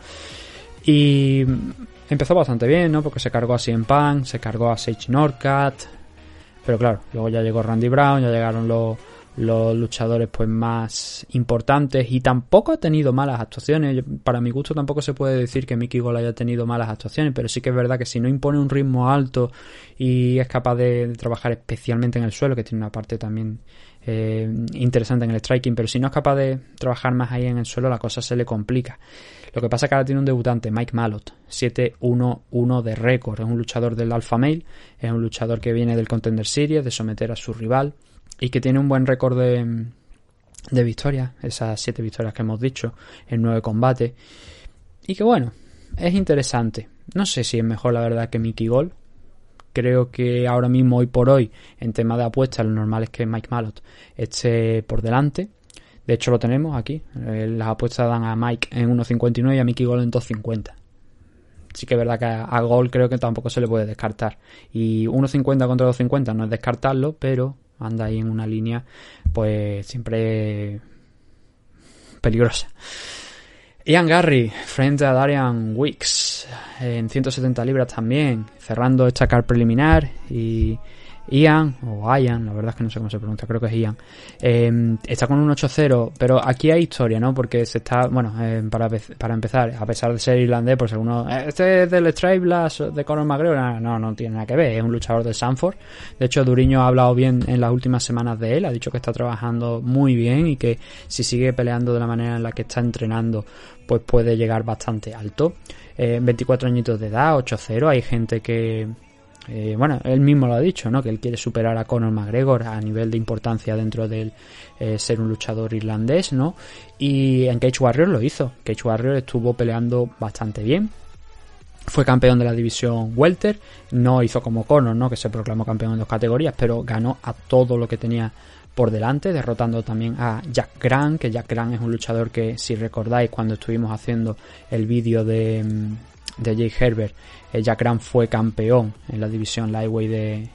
Y empezó bastante bien, ¿no? Porque se cargó a C M Punk, se cargó a Sage Northcutt. Pero claro, luego ya llegó Randy Brown, ya llegaron los... los luchadores pues más importantes, y tampoco ha tenido malas actuaciones. Para mi gusto tampoco se puede decir que Mickey Gall haya tenido malas actuaciones, pero sí que es verdad que si no impone un ritmo alto y es capaz de, de trabajar especialmente en el suelo, que tiene una parte también eh, interesante en el striking, pero si no es capaz de trabajar más ahí en el suelo, la cosa se le complica. Lo que pasa es que ahora tiene un debutante, Mike Malott, siete uno uno de récord, es un luchador del Alpha Male, es un luchador que viene del Contender Series, de someter a su rival, y que tiene un buen récord de, de victorias, esas siete victorias que hemos dicho en nueve combates, y que bueno, es interesante. No sé si es mejor la verdad que Mickey Gall. Creo que ahora mismo, hoy por hoy, en tema de apuestas, lo normal es que Mike Malott esté por delante. De hecho lo tenemos aquí, eh, las apuestas dan a Mike en uno cincuenta y nueve y a Mickey Gall en dos cincuenta. Sí que es verdad que a, a Gall creo que tampoco se le puede descartar, y uno cincuenta contra dos cincuenta no es descartarlo, pero anda ahí en una línea pues siempre peligrosa. Ian Garry frente a Darian Wicks en ciento setenta libras también, cerrando esta card preliminar. Y Ian, o Ian, la verdad es que no sé cómo se pronuncia, creo que es Ian, eh, está con un ocho cero, pero aquí hay historia, ¿no? Porque se está, bueno, eh, para, para empezar, a pesar de ser irlandés, por si alguno, este es del Stripe Blast de Conor McGregor, no, no tiene nada que ver, es un luchador de Sanford. De hecho, Duriño ha hablado bien en las últimas semanas de él, ha dicho que está trabajando muy bien y que si sigue peleando de la manera en la que está entrenando, pues puede llegar bastante alto. Eh, veinticuatro añitos de edad, ocho cero, hay gente que... Eh, bueno, él mismo lo ha dicho, ¿no? Que él quiere superar a Conor McGregor a nivel de importancia dentro de eh, ser un luchador irlandés, ¿no? Y en Cage Warriors lo hizo. Cage Warriors estuvo peleando bastante bien. Fue campeón de la división welter. No hizo como Conor, ¿no? Que se proclamó campeón en dos categorías, pero ganó a todo lo que tenía por delante, derrotando también a Jack Grant, que Jack Grant es un luchador que, si recordáis, cuando estuvimos haciendo el vídeo de... de Jake Herbert, eh, Jack Grant fue campeón en la división lightweight de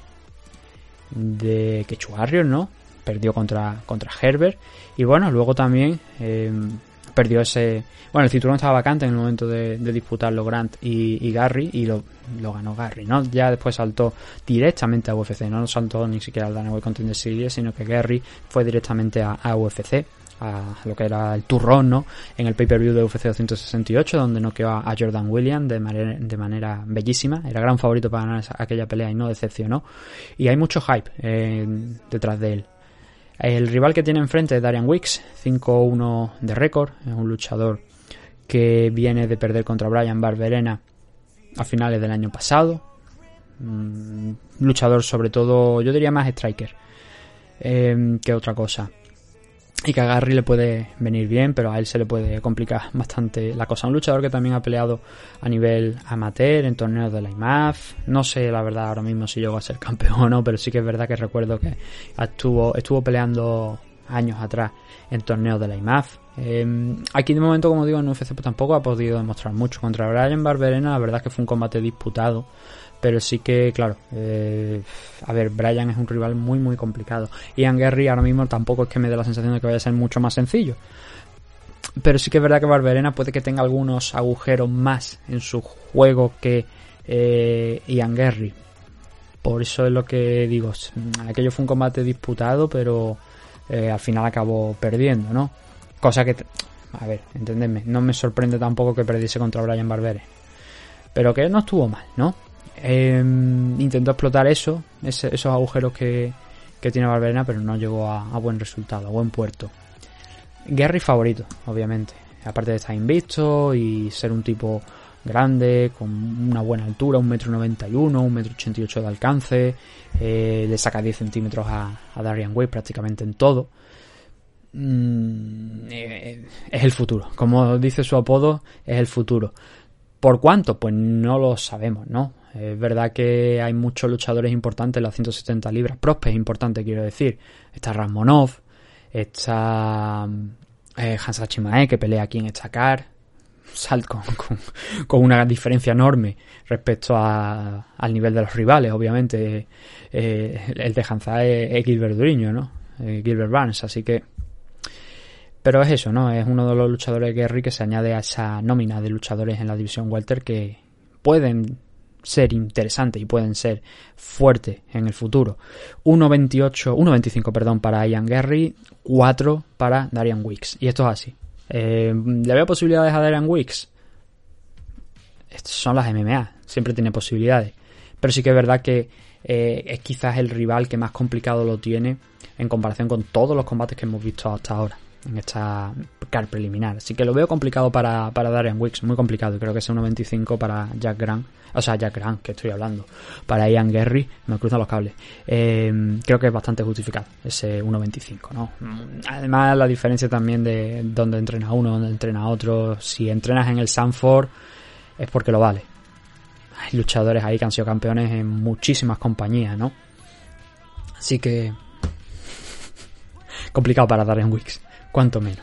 de Cage Warriors, ¿no? Perdió contra contra Herbert, y bueno, luego también eh, perdió ese, bueno, el cinturón estaba vacante en el momento de, de disputarlo Grant y, y Garry, y lo, lo ganó Garry, ¿no? Ya después saltó directamente a U F C, no saltó ni siquiera al Dana White Contender Series, sino que Garry fue directamente a, a U F C, a lo que era el turrón, ¿no? En el pay-per-view de U F C doscientos sesenta y ocho, donde noqueó a Jordan Williams de manera, de manera bellísima. Era gran favorito para ganar esa, aquella pelea y no decepcionó. Y hay mucho hype eh, detrás de él. El rival que tiene enfrente es Darian Wicks, cinco uno de récord. Es un luchador que viene de perder contra Brian Barberena a finales del año pasado. Un luchador sobre todo, yo diría más striker eh, que otra cosa. Y que a Garry le puede venir bien, pero a él se le puede complicar bastante la cosa. Un luchador que también ha peleado a nivel amateur en torneos de la I M A F. No sé la verdad ahora mismo si llegó a ser campeón o no, pero sí que es verdad que recuerdo que estuvo, estuvo peleando años atrás en torneos de la I M A F. Eh, aquí de momento, como digo, en U F C pues tampoco ha podido demostrar mucho. Contra Brian Barberena la verdad es que fue un combate disputado, pero sí que, claro, eh, a ver, Brian es un rival muy muy complicado. Ian Garry ahora mismo tampoco es que me dé la sensación de que vaya a ser mucho más sencillo, pero sí que es verdad que Barberena puede que tenga algunos agujeros más en su juego que eh, Ian Garry. Por eso es lo que digo, aquello fue un combate disputado, pero eh, al final acabó perdiendo, ¿no? Cosa que, a ver, entendedme, no me sorprende tampoco que perdiese contra Brian Barberena, pero que no estuvo mal, ¿no? Eh, intentó explotar eso, ese, esos agujeros que, que tiene Barberena, pero no llegó a, a buen resultado, a buen puerto. Garry favorito, obviamente, aparte de estar invicto y ser un tipo grande, con una buena altura, un metro noventa y uno, un metro ochenta y ocho de alcance, eh, le saca diez centímetros a, a Darian Wake prácticamente en todo. Mm, eh, es el futuro, como dice su apodo, es el futuro. ¿Por cuánto? Pues no lo sabemos, ¿no? Es verdad que hay muchos luchadores importantes en las ciento setenta libras, prospects importantes, quiero decir. Está Ramonov, está eh, Hansashi Mae, que pelea aquí en Estacar, salt con, con, con una diferencia enorme respecto a, al nivel de los rivales, obviamente. Eh, el de Hansa es, es Gilbert Duriño, ¿no? Eh, Gilbert Barnes, así que... Pero es eso, ¿no? Es uno de los luchadores de Gary que se añade a esa nómina de luchadores en la división welter que pueden ser interesantes y pueden ser fuertes en el futuro. uno veintiocho, uno veinticinco, perdón, para Ian Garry, cuatro para Darian Wicks. Y esto es así. Eh, ¿Le veo posibilidades a Darian Wicks? Estas son las M M A, siempre tiene posibilidades. Pero sí que es verdad que eh, es quizás el rival que más complicado lo tiene en comparación con todos los combates que hemos visto hasta ahora en esta card preliminar. Así que lo veo complicado para, para Darian Wicks, muy complicado. Y creo que ese uno veinticinco para Jack Grant, o sea, Jack Grant, que estoy hablando, para Ian Garry, me cruzan los cables. Eh, creo que es bastante justificado ese uno veinticinco, ¿no? Además, la diferencia también de dónde entrena uno, dónde entrena otro. Si entrenas en el Sanford, es porque lo vale. Hay luchadores ahí que han sido campeones en muchísimas compañías, ¿no? Así que complicado para Darian Wicks, cuanto menos.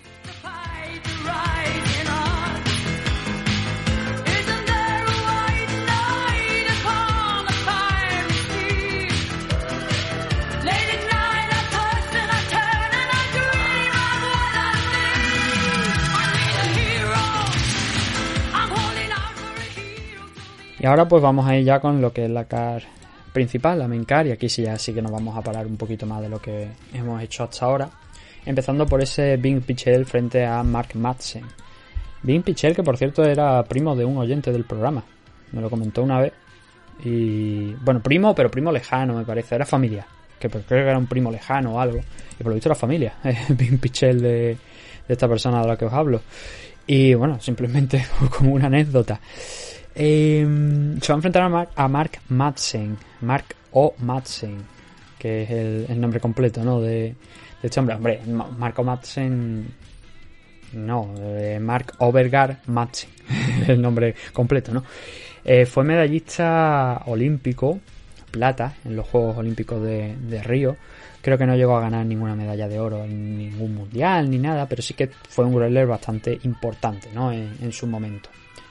Y ahora pues vamos a ir ya con lo que es la card principal, la main card, y aquí sí ya sí que nos vamos a parar un poquito más de lo que hemos hecho hasta ahora, empezando por ese Bing Pichel frente a Mark Madsen. Bing Pichel, que por cierto era primo de un oyente del programa, me lo comentó una vez, y bueno, primo, pero primo lejano me parece, era familia, que creo que era un primo lejano o algo, y por lo visto era familia, Bing Pichel de, de esta persona de la que os hablo, y bueno, simplemente como una anécdota. Eh, se va a enfrentar a Mark, a Mark Madsen, Mark O. Madsen, que es el, el nombre completo, ¿no? De, de este hombre. Hombre, Marco Madsen, no, eh, Mark Overgaard Madsen, el nombre completo, ¿no? Eh, fue medallista olímpico, plata, en los Juegos Olímpicos de, de Río. Creo que no llegó a ganar ninguna medalla de oro en ningún mundial ni nada, pero sí que fue un wrestler bastante importante, ¿no? En, en su momento.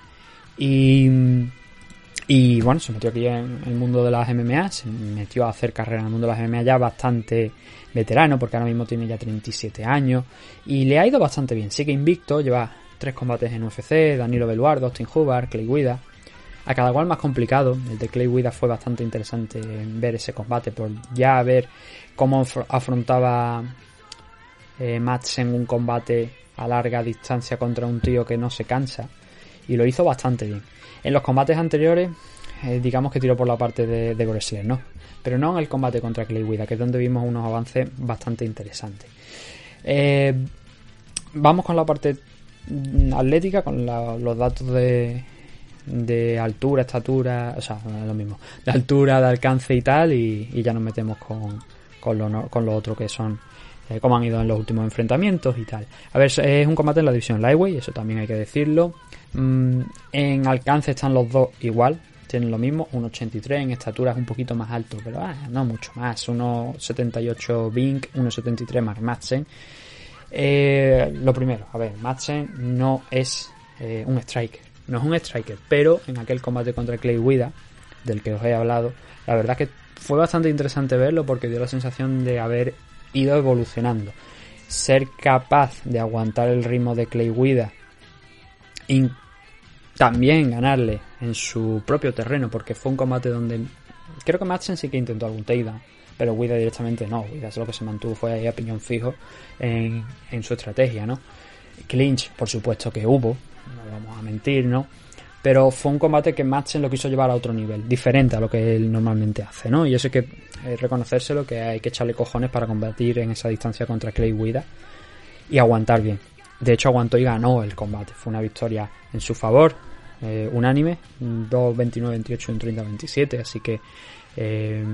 Y, y bueno, se metió aquí en el mundo de las M M A, se metió a hacer carrera en el mundo de las M M A ya bastante veterano, porque ahora mismo tiene ya treinta y siete años y le ha ido bastante bien. Sigue invicto, lleva tres combates en U F C, Danilo Beluardo, Austin Hubbard, Clay Guida, a cada cual más complicado. El de Clay Guida fue bastante interesante ver ese combate, por ya ver cómo afrontaba eh, Madsen un combate a larga distancia contra un tío que no se cansa. Y lo hizo bastante bien. En los combates anteriores, eh, digamos que tiró por la parte de, de wrestler, ¿no? Pero no en el combate contra Clay Guida, que es donde vimos unos avances bastante interesantes. Eh, vamos con la parte atlética, con la, los datos de, de altura, estatura, o sea, no es lo mismo, de altura, de alcance y tal, y, y ya nos metemos con, con, lo, con lo otro que son eh, cómo han ido en los últimos enfrentamientos y tal. A ver, es un combate en la división lightweight, eso también hay que decirlo. Mm, en alcance están los dos igual, tienen lo mismo, uno ochenta y tres, en estatura es un poquito más alto, pero ah, no mucho más, uno setenta y ocho Bing, uno setenta y tres Mark Madsen. Eh, lo primero, a ver, Madsen no es eh, un striker, no es un striker, pero en aquel combate contra Clay Guida, del que os he hablado, la verdad que fue bastante interesante verlo porque dio la sensación de haber ido evolucionando, ser capaz de aguantar el ritmo de Clay Guida y también ganarle en su propio terreno, porque fue un combate donde creo que Madsen sí que intentó algún takedown, pero Guida directamente no. Guida lo que se mantuvo fue ahí a piñón fijo en, en su estrategia, ¿no? Clinch, por supuesto que hubo, no vamos a mentir, ¿no? Pero fue un combate que Madsen lo quiso llevar a otro nivel, diferente a lo que él normalmente hace, ¿no? Y eso hay que eh, reconocérselo, que hay que echarle cojones para combatir en esa distancia contra Clay Guida y aguantar bien. De hecho, aguantó y ganó el combate. Fue una victoria en su favor. eh, unánime, dos veintinueve veintiocho y un treinta veintisiete, así que eh,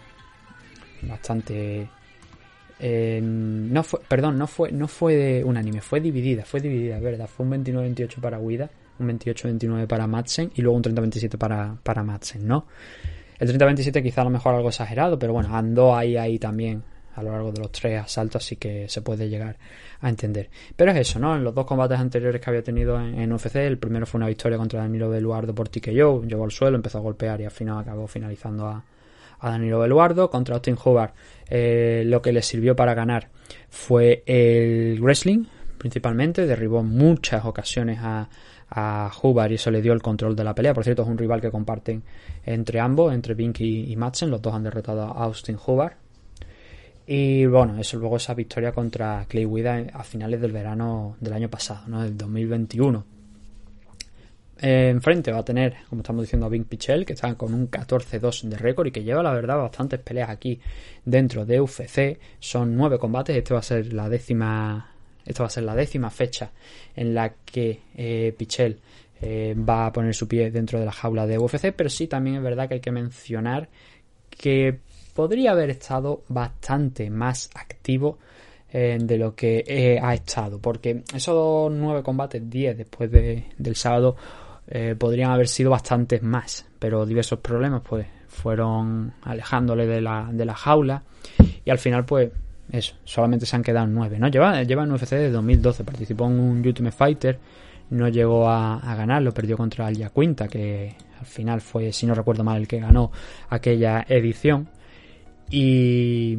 bastante... Eh, no fue, perdón, no fue, no fue de unánime, fue dividida, fue dividida, es verdad, fue un veintinueve veintiocho para Guida, un veintiocho veintinueve para Madsen y luego un treinta veintisiete para, para Madsen, ¿no? El treinta veintisiete quizá a lo mejor algo exagerado, pero bueno, andó ahí, ahí también a lo largo de los tres asaltos, así que se puede llegar a entender. Pero es eso, ¿no? En los dos combates anteriores que había tenido en, en U F C, el primero fue una victoria contra Danilo Beluardo por T K O, llegó al suelo, empezó a golpear y al final acabó finalizando a, a Danilo Beluardo. Contra Austin Hubbard, eh, lo que le sirvió para ganar fue el wrestling, principalmente, derribó en muchas ocasiones a, a Hubbard y eso le dio el control de la pelea. Por cierto, es un rival que comparten entre ambos, entre Vink y, y Madsen, los dos han derrotado a Austin Hubbard. Y bueno, eso luego esa victoria contra Clay Guida a finales del verano del año pasado, ¿no? Del dos mil veintiuno. Eh, enfrente va a tener, como estamos diciendo, a Vink Pichel, que está con un catorce dos de récord y que lleva, la verdad, bastantes peleas aquí dentro de U F C. Son nueve combates, este va a ser la décima, esta va a ser la décima fecha en la que eh, Pichel eh, va a poner su pie dentro de la jaula de U F C, pero sí también es verdad que hay que mencionar que podría haber estado bastante más activo eh, de lo que eh, ha estado, porque esos nueve combates, diez después de, del sábado, eh, podrían haber sido bastantes más, pero diversos problemas pues fueron alejándole de la, de la jaula y al final pues eso, solamente se han quedado nueve, ¿no? Lleva, lleva en U F C desde dos mil doce, participó en un Ultimate Fighter, no llegó a, a ganar, lo perdió contra Al Iaquinta, que al final fue, si no recuerdo mal, el que ganó aquella edición. Y,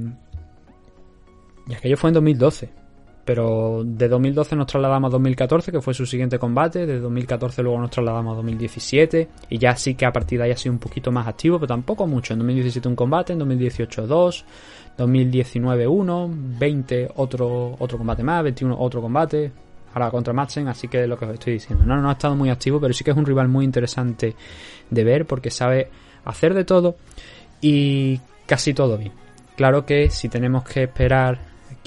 y aquello fue en dos mil doce, pero de dos mil doce nos trasladamos a dos mil catorce, que fue su siguiente combate. De dos mil catorce luego nos trasladamos a dos mil diecisiete y ya sí que a partir de ahí ha sido un poquito más activo, pero tampoco mucho. En dos mil diecisiete un combate, en dos mil dieciocho dos, dos mil diecinueve uno, veinte otro, otro combate más, veintiuno otro combate, ahora contra Madsen, así que es lo que os estoy diciendo. No, no ha estado muy activo, pero sí que es un rival muy interesante de ver porque sabe hacer de todo y casi todo bien. Claro que si tenemos que esperar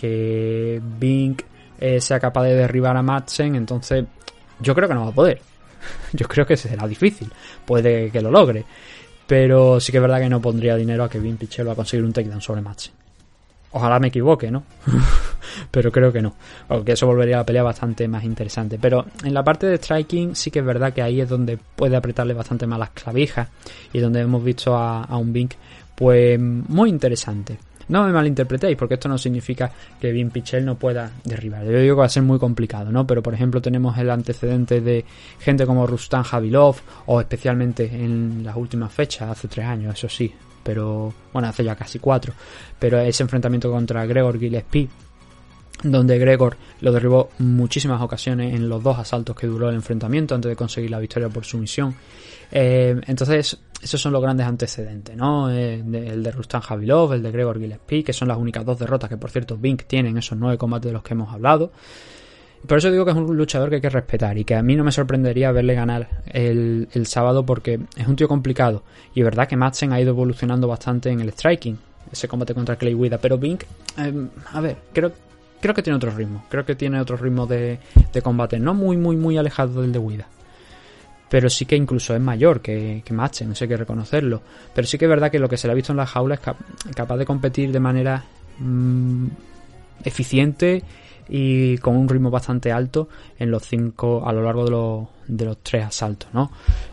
que Vink eh, sea capaz de derribar a Madsen, entonces yo creo que no va a poder. Yo creo que será difícil. Puede que lo logre. Pero sí que es verdad que no pondría dinero a que Vink Pichel va a conseguir un takedown sobre Madsen. Ojalá me equivoque, ¿no? Pero creo que no. Porque eso volvería a la pelea bastante más interesante. Pero en la parte de striking sí que es verdad que ahí es donde puede apretarle bastante más las clavijas. Y donde hemos visto a, a un Vink pues muy interesante. No me malinterpretéis, porque esto no significa que Vink Pichel no pueda derribar. Yo digo que va a ser muy complicado, ¿no? Pero por ejemplo tenemos el antecedente de gente como Rustam Khabilov, o especialmente en las últimas fechas, hace tres años, eso sí, pero bueno, hace ya casi cuatro, pero ese enfrentamiento contra Gregor Gillespie, donde Gregor lo derribó muchísimas ocasiones en los dos asaltos que duró el enfrentamiento antes de conseguir la victoria por sumisión. Eh, entonces esos son los grandes antecedentes, ¿no? Eh, de, el de Rustam Khabilov, el de Gregor Gillespie, que son las únicas dos derrotas que por cierto Vink tiene en esos nueve combates de los que hemos hablado. Por eso digo que es un luchador que hay que respetar y que a mí no me sorprendería verle ganar el, el sábado, porque es un tío complicado y es verdad que Madsen ha ido evolucionando bastante en el striking, ese combate contra Clay Guida, pero Vink, eh, a ver, creo creo que tiene otro ritmo, creo que tiene otro ritmo de, de combate, no muy muy muy alejado del de Guida, pero sí que incluso es mayor que, que Madsen, eso hay que reconocerlo. Pero sí que es verdad que lo que se le ha visto en la jaula es cap- capaz de competir de manera mmm, eficiente y con un ritmo bastante alto en los cinco, a lo largo de los, de los tres asaltos, ¿no?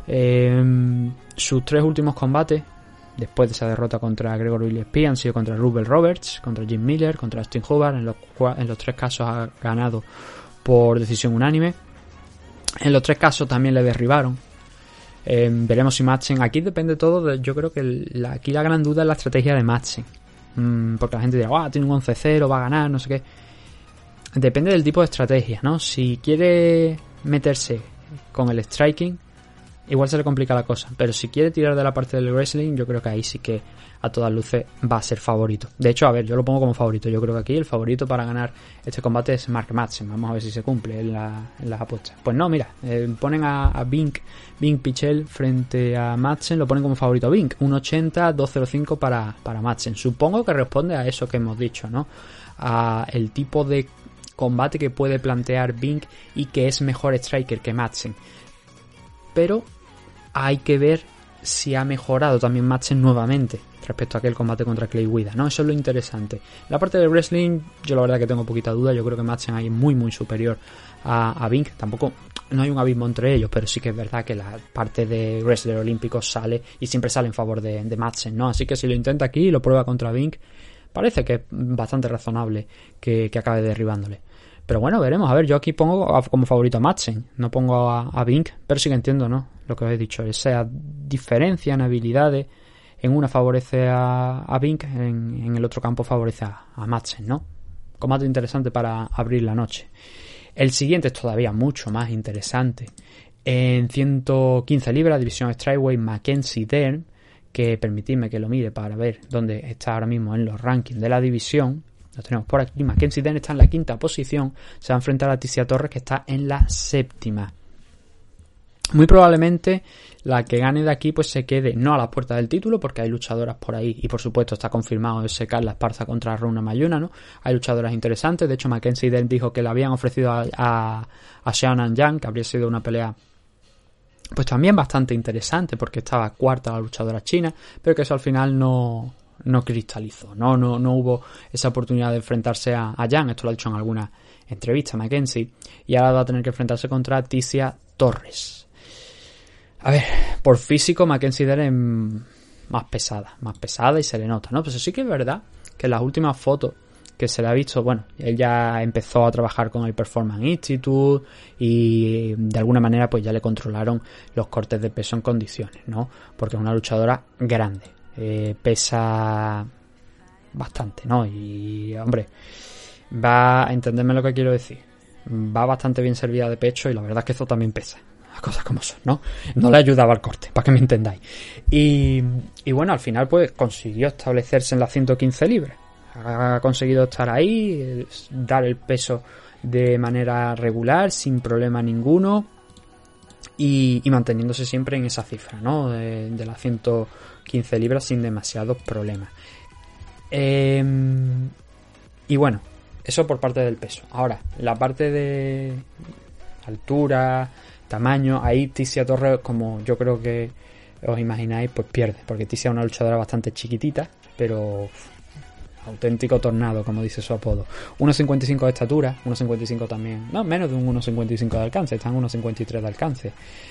Eh, sus tres últimos combates, después de esa derrota contra Gregor Gillespie, han sido contra Rubel Roberts, contra Jim Miller, contra Austin Hubbard. En los, en los tres casos ha ganado por decisión unánime. En los tres casos también le derribaron. Eh, veremos si Madsen... Aquí depende todo de... Yo creo que la, aquí la gran duda es la estrategia de Madsen. Mm, porque la gente dirá, wow, tiene un once cero, va a ganar, no sé qué. Depende del tipo de estrategia, ¿no? Si quiere meterse con el striking, igual se le complica la cosa. Pero si quiere tirar de la parte del wrestling, yo creo que ahí sí que a todas luces va a ser favorito. De hecho, a ver, yo lo pongo como favorito. Yo creo que aquí el favorito para ganar este combate es Mark Madsen. Vamos a ver si se cumple en, la, en las apuestas. Pues no, mira, eh, ponen a, a Vink, Vink Pichel frente a Madsen, lo ponen como favorito a Vink. uno ochenta, dos cero cinco para, para Madsen. Supongo que responde a eso que hemos dicho, ¿no? A el tipo de combate que puede plantear Vink y que es mejor striker que Madsen. pero hay que ver si ha mejorado también Madsen nuevamente respecto a aquel combate contra Clay Guida, ¿no? Eso es lo interesante. La parte del wrestling, yo la verdad que tengo poquita duda. Yo creo que Madsen ahí es muy muy superior a, a Vink. Tampoco, no hay un abismo entre ellos, pero sí que es verdad que la parte de wrestler olímpico sale y siempre sale en favor de, de Madsen, ¿no? Así que si lo intenta aquí y lo prueba contra Vink, parece que es bastante razonable que, que acabe derribándole. Pero bueno, veremos. A ver, yo aquí pongo a, como favorito a Madsen, no pongo a, a Vink, pero sí que entiendo, ¿no? Lo que os he dicho, esa diferencia en habilidades, en una favorece a, a Vink, en, en el otro campo favorece a, a Madsen, ¿no? Combate interesante para abrir la noche. El siguiente es todavía mucho más interesante. En ciento quince libras, división Strawweight, Mackenzie Dern, que permitidme que lo mire para ver dónde está ahora mismo en los rankings de la división. Lo tenemos por aquí. Mackenzie Dern está en la quinta posición. Se va a enfrentar a Ticia Torres, que está en la séptima. Muy probablemente la que gane de aquí pues se quede no a las puertas del título, porque hay luchadoras por ahí y por supuesto está confirmado ese Carla Esparza contra Runa Mayuna, ¿no? Hay luchadoras interesantes. De hecho, Mackenzie Dern dijo que le habían ofrecido a, a, a Xiaonan Yang, que habría sido una pelea pues también bastante interesante, porque estaba cuarta la luchadora china, pero que eso al final no, no cristalizó, ¿no? No, no hubo esa oportunidad de enfrentarse a, a Yang. Esto lo ha dicho en alguna entrevista Mackenzie, y ahora va a tener que enfrentarse contra Ticia Torres. A ver, por físico Mackenzie Dern es más pesada, más pesada y se le nota, ¿no? Pues sí que es verdad que en las últimas fotos que se le ha visto, bueno, él ya empezó a trabajar con el Performance Institute y de alguna manera pues ya le controlaron los cortes de peso en condiciones, ¿no? Porque es una luchadora grande, eh, pesa bastante, ¿no? Y, hombre, va a entenderme lo que quiero decir, va bastante bien servida de pecho y la verdad es que eso también pesa. Las cosas como son, ¿no? No le ayudaba al corte, para que me entendáis. Y, y bueno, al final pues consiguió establecerse en las ciento quince libras. Ha conseguido estar ahí, dar el peso de manera regular, sin problema ninguno, y, y manteniéndose siempre en esa cifra, ¿no? De, de las ciento quince libras sin demasiados problemas. Eh, y bueno, eso por parte del peso. Ahora, la parte de altura, tamaño, ahí Ticia Torres, como yo creo que os imagináis, pues pierde, porque Ticia es una luchadora bastante chiquitita, pero uf, auténtico tornado, como dice su apodo. uno cincuenta y cinco de estatura, uno cincuenta y cinco también, no, menos de un uno cincuenta y cinco de alcance, está en uno cincuenta y tres de alcance.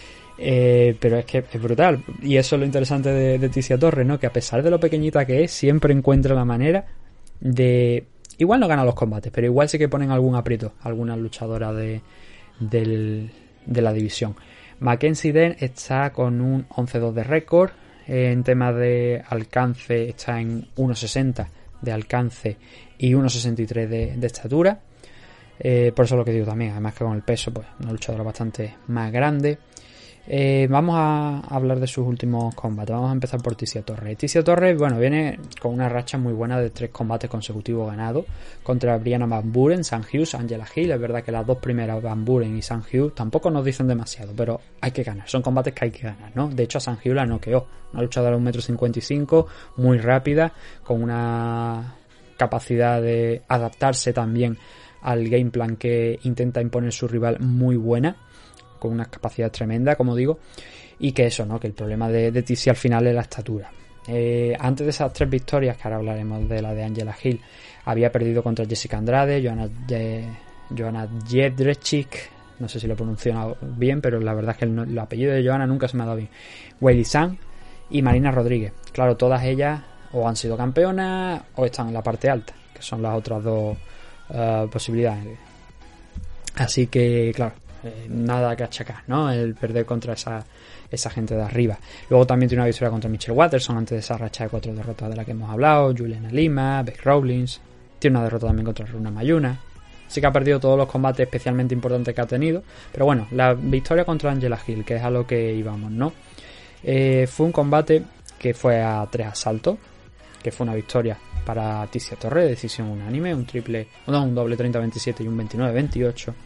Eh, pero es que es brutal, y eso es lo interesante de, de Ticia Torres, ¿no? Que a pesar de lo pequeñita que es, siempre encuentra la manera de... Igual no gana los combates, pero igual sí que ponen algún aprieto algunas luchadoras de, del... de la división. Mackenzie Dern está con un once dos de récord, en temas de alcance está en uno sesenta de alcance y uno sesenta y tres de, de estatura, eh, por eso es lo que digo también, además que con el peso pues una luchadora bastante más grande. Eh, vamos a hablar de sus últimos combates. Vamos a empezar por Ticia Torres. Ticia Torres, bueno, viene con una racha muy buena de tres combates consecutivos ganados contra Brianna Van Buren, Sam Hughes, Angela Hill. Es verdad que las dos primeras, Van Buren y Sam Hughes, tampoco nos dicen demasiado, pero hay que ganar. Son combates que hay que ganar, ¿no? De hecho, a Sam Hughes la noqueó. Una luchadora de un metro cincuenta y cinco, muy rápida, con una capacidad de adaptarse también al game plan que intenta imponer su rival muy buena, con una capacidad tremenda, como digo, y que eso, ¿no? Que el problema de, de Ticia al final es la estatura. Eh, antes de esas tres victorias, que ahora hablaremos de la de Angela Hill, había perdido contra Jessica Andrade, Joanna, eh, Joanna Jedrzejczyk, no sé si lo he pronunciado bien, pero la verdad es que el, el apellido de Joanna nunca se me ha dado bien, Weili Zhang y Marina Rodríguez. Claro, todas ellas o han sido campeonas o están en la parte alta, que son las otras dos uh, posibilidades. Así que, claro, Eh, nada que achacar, ¿no? El perder contra esa, esa gente de arriba. Luego también tiene una victoria contra Michelle Watterson antes de esa racha de cuatro derrotas de la que hemos hablado. Juliana Lima, Beck Rawlins. Tiene una derrota también contra Runa Mayuna. Sí que ha perdido todos los combates especialmente importantes que ha tenido. Pero bueno, la victoria contra Angela Hill, que es a lo que íbamos, ¿no? Eh, fue un combate que fue a tres asaltos, que fue una victoria para Ticia Torres, decisión unánime, un triple, no, un doble treinta veintisiete y un veintinueve veintiocho.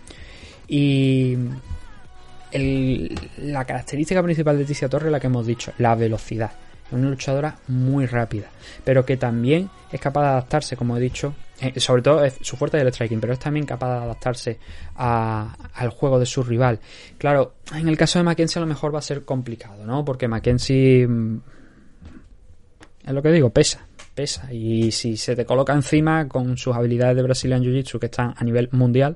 Y el, la característica principal de Ticia Torres es la que hemos dicho, la velocidad. una luchadora muy rápida, pero que también es capaz de adaptarse, como he dicho, eh, sobre todo es, su fuerte es el striking, pero es también capaz de adaptarse a, al juego de su rival. Claro, en el caso de Mackenzie a lo mejor va a ser complicado, ¿no? Porque Mackenzie, es lo que digo, pesa, pesa, y si se te coloca encima con sus habilidades de Brazilian Jiu-Jitsu que están a nivel mundial,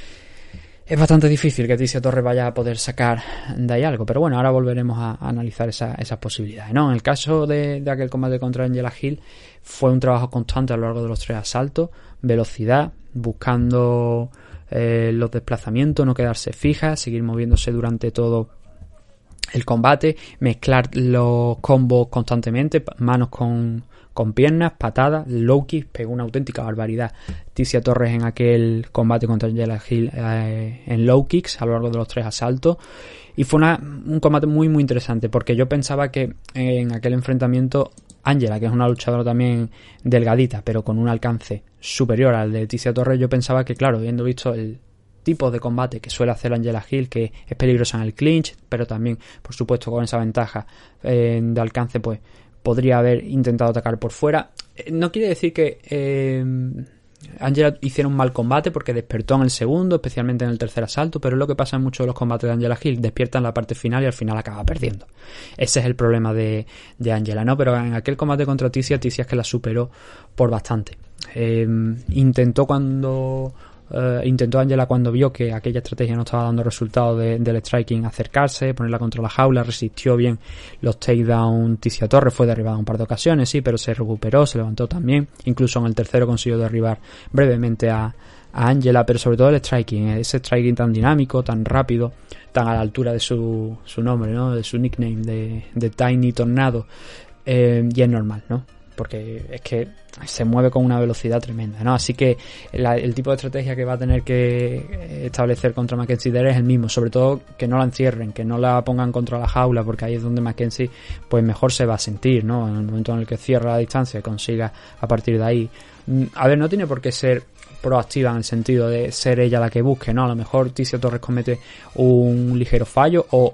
es bastante difícil que Ticia Torres vaya a poder sacar de ahí algo. Pero bueno, ahora volveremos a, a analizar esa, esas posibilidades, ¿no? En el caso de, de aquel combate contra Angela Hill, fue un trabajo constante a lo largo de los tres asaltos. Velocidad, buscando eh, los desplazamientos, no quedarse fija, seguir moviéndose durante todo el combate, mezclar los combos constantemente, manos con... con piernas, patadas, low kick, pegó una auténtica barbaridad Ticia Torres en aquel combate contra Angela Hill eh, en low kicks a lo largo de los tres asaltos, y fue una, un combate muy muy interesante, porque yo pensaba que en aquel enfrentamiento Angela, que es una luchadora también delgadita pero con un alcance superior al de Ticia Torres, yo pensaba que, claro, habiendo visto el tipo de combate que suele hacer Angela Hill, que es peligrosa en el clinch, pero también por supuesto con esa ventaja eh, de alcance, pues podría haber intentado atacar por fuera. No quiere decir que eh, Angela hiciera un mal combate, porque despertó en el segundo, especialmente en el tercer asalto, pero es lo que pasa en muchos de los combates de Angela Hill, despierta en la parte final y al final acaba perdiendo. Ese es el problema de, de Angela, ¿no? Pero en aquel combate contra Ticia, Ticia es que la superó por bastante. Eh, intentó cuando... Uh, intentó Angela, cuando vio que aquella estrategia no estaba dando resultados de, del striking, acercarse, ponerla contra la jaula, resistió bien los takedown. Ticia Torres fue derribada un par de ocasiones, sí, pero se recuperó, se levantó también, incluso en el tercero consiguió derribar brevemente a, a Angela, pero sobre todo el striking, ese striking tan dinámico, tan rápido, tan a la altura de su, su nombre, ¿no? De su nickname de, de Tiny Tornado, eh, y es normal, ¿no? Porque es que se mueve con una velocidad tremenda, ¿no? Así que la, el tipo de estrategia que va a tener que establecer contra Mackenzie Dern es el mismo, sobre todo que no la encierren, que no la pongan contra la jaula, porque ahí es donde Mackenzie pues mejor se va a sentir, ¿no? En el momento en el que cierra la distancia y consiga a partir de ahí. A ver, no tiene por qué ser proactiva en el sentido de ser ella la que busque, ¿no? A lo mejor Ticia Torres comete un ligero fallo, o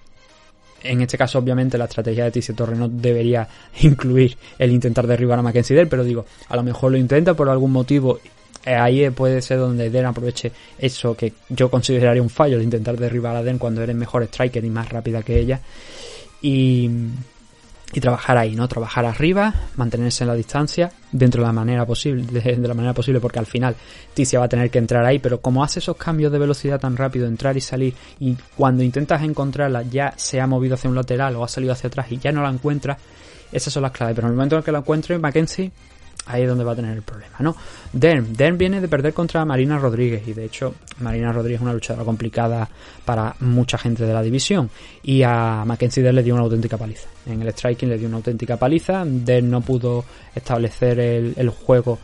en este caso obviamente la estrategia de Ticia Torres no debería incluir el intentar derribar a Mackenzie Dern, pero digo, a lo mejor lo intenta por algún motivo, eh, ahí puede ser donde Dern aproveche eso que yo consideraría un fallo, de intentar derribar a Dern cuando eres mejor striker y más rápida que ella, y, y trabajar ahí, ¿no? Trabajar arriba, mantenerse en la distancia dentro de la manera posible, de, de la manera posible, porque al final Ticia va a tener que entrar ahí, pero como hace esos cambios de velocidad tan rápido, entrar y salir, y cuando intentas encontrarla ya se ha movido hacia un lateral o ha salido hacia atrás y ya no la encuentras, esas son las claves. Pero en el momento en el que la encuentre Mackenzie, ahí es donde va a tener el problema, ¿no? Dern, Dern viene de perder contra Marina Rodríguez, y de hecho Marina Rodríguez es una luchadora complicada para mucha gente de la división, y a Mackenzie Dern le dio una auténtica paliza. En el striking le dio una auténtica paliza. Dern no pudo establecer el, el juego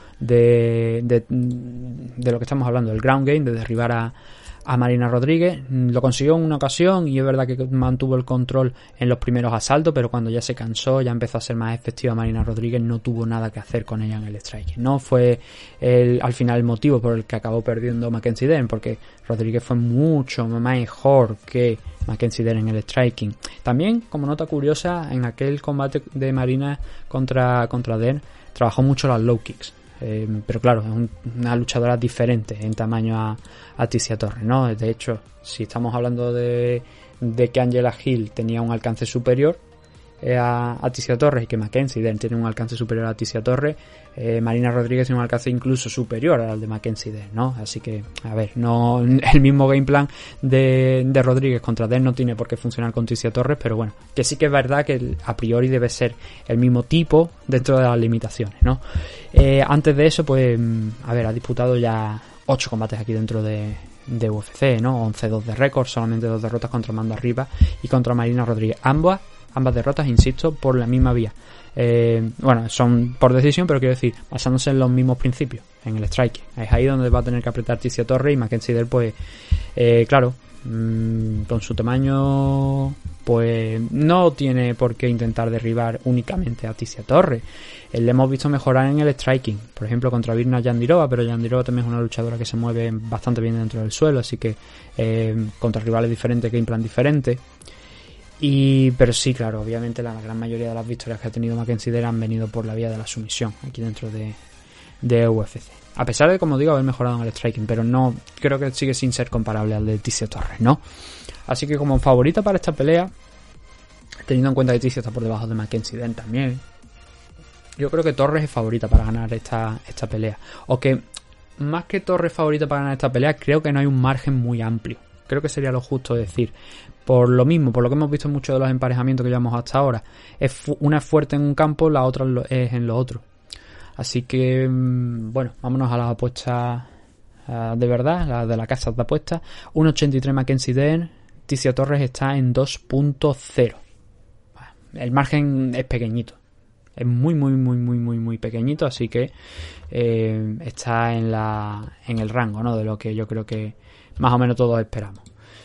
de, de, de lo que estamos hablando, el ground game, de derribar a a Marina Rodríguez. Lo consiguió en una ocasión y es verdad que mantuvo el control en los primeros asaltos, pero cuando ya se cansó, ya empezó a ser más efectiva Marina Rodríguez, no tuvo nada que hacer con ella en el striking. No fue el, al final el motivo por el que acabó perdiendo Mackenzie Dern, porque Rodríguez fue mucho mejor que Mackenzie Dern en el striking. También, como nota curiosa, en aquel combate de Marina contra, contra Dern, trabajó mucho las low kicks. Eh, pero claro, es un, una luchadora diferente en tamaño a, a Ticia Torres, ¿no? De hecho, si estamos hablando de, de que Angela Hill tenía un alcance superior eh, a, a Ticia Torres, y que Mackenzie Dern tiene un alcance superior a Ticia Torres, eh, Marina Rodríguez tiene un alcance incluso superior al de Mackenzie Dern, ¿no? Así que, a ver, no el mismo game plan de, de Rodríguez contra Dern no tiene por qué funcionar con Ticia Torres, pero bueno, que sí que es verdad que a priori debe ser el mismo tipo dentro de las limitaciones, ¿no? Eh, antes de eso, pues, a ver, ha disputado ya ocho combates aquí dentro de, de U F C, ¿no? once dos de récord, solamente dos derrotas contra Amanda Ribas y contra Marina Rodríguez. Ambas, ambas derrotas, insisto, por la misma vía. Eh, bueno, son por decisión, pero quiero decir, basándose en los mismos principios, en el striking. Es ahí donde va a tener que apretar Ticia Torres, y Mackenzie Dern, pues, eh, claro, mmm, con su tamaño, pues no tiene por qué intentar derribar únicamente a Ticia Torres. Eh, le hemos visto mejorar en el striking, por ejemplo contra Virna Jandiroba, pero Jandiroba también es una luchadora que se mueve bastante bien dentro del suelo, así que eh, contra rivales diferentes, game plan diferente. Y, pero sí, claro, obviamente la gran mayoría de las victorias que ha tenido Mackenzie Dern han venido por la vía de la sumisión aquí dentro de, de U F C. A pesar de, como digo, haber mejorado en el striking, pero no creo que sigue sin ser comparable al de Ticio Torres, ¿no? Así que como favorita para esta pelea, teniendo en cuenta que Ticio está por debajo de Mackenzie Dern también, yo creo que Torres es favorita para ganar esta, esta pelea. O que más que Torres favorita para ganar esta pelea, creo que no hay un margen muy amplio. Creo que sería lo justo decir. Por lo mismo, por lo que hemos visto en muchos de los emparejamientos que llevamos hasta ahora. Es fu- una es fuerte en un campo, la otra es en lo otro. Así que, bueno, vámonos a las apuestas uh, de verdad, las de la casa de apuestas. uno ochenta y tres Mackenzie Dern, Ticio Torres está en dos punto cero. El margen es pequeñito. Es muy, muy, muy, muy, muy, muy pequeñito, así que eh, está en la en el rango, ¿no? De lo que yo creo que más o menos todos esperamos.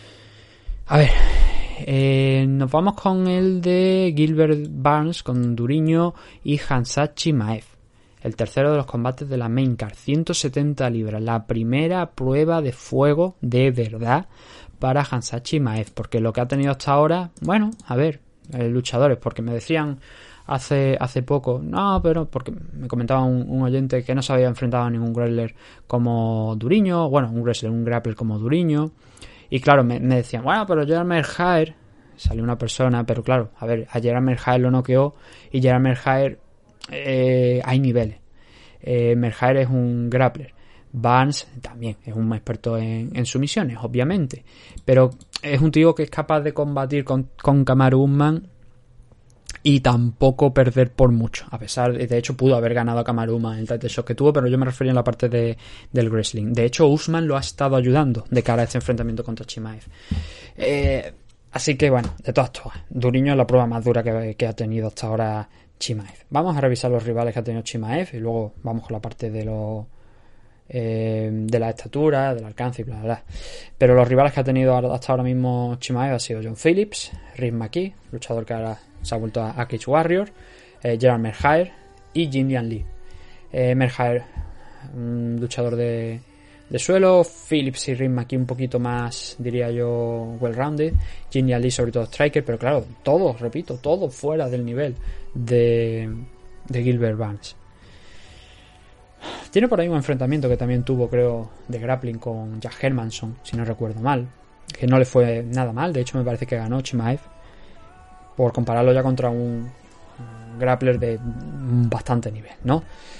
A ver, eh, nos vamos con el de Gilbert Burns, con Duriño y Khamzat Chimaev. El tercero de los combates de la main card, ciento setenta libras. La primera prueba de fuego de verdad para Khamzat Chimaev, porque lo que ha tenido hasta ahora, bueno, a ver, eh, luchadores, porque me decían hace hace poco, no, pero porque me comentaba un, un oyente que no se había enfrentado a ningún grappler como Duriño, bueno, un wrestler, un grappler como Duriño. Y claro, me, me decían, bueno, pero Gerald Mearsheimer, salió una persona, pero claro, a ver, a Gerald Mearsheimer lo noqueó y Gerald Mearsheimer eh, hay niveles. Eh, Mearsheimer es un grappler. Burns también es un experto en, en sumisiones, obviamente. Pero es un tío que es capaz de combatir con, con Kamaru Usman y tampoco perder por mucho. A pesar de, de hecho, pudo haber ganado a Kamaru Usman en el title shot que tuvo, pero yo me refería en la parte de, del wrestling. De hecho, Usman lo ha estado ayudando de cara a este enfrentamiento contra Chimaev. Eh, así que, bueno, de todas todas, Duriño es la prueba más dura que, que ha tenido hasta ahora Chimaev. Vamos a revisar los rivales que ha tenido Chimaev y luego vamos con la parte de los eh, de la estatura, del alcance y bla, bla, bla. Pero los rivales que ha tenido hasta ahora mismo Chimaev ha sido John Phillips, Rhys McKee, luchador que ahora se ha vuelto a, a Cage Warrior, eh, Gerald Mearsheimer y Jinlian Lee. Eh, Mearsheimer, un luchador de, de suelo, Phillips y Rhys McKee un poquito más, diría yo, well-rounded, Jinlian Lee sobre todo striker, pero claro, todos, repito, todos fuera del nivel de, de Gilbert Burns. Tiene por ahí un enfrentamiento que también tuvo, creo, de grappling con Jack Hermansson, si no recuerdo mal, que no le fue nada mal, de hecho me parece que ganó Chimaev, por compararlo ya contra un, un grappler de bastante nivel, ¿no?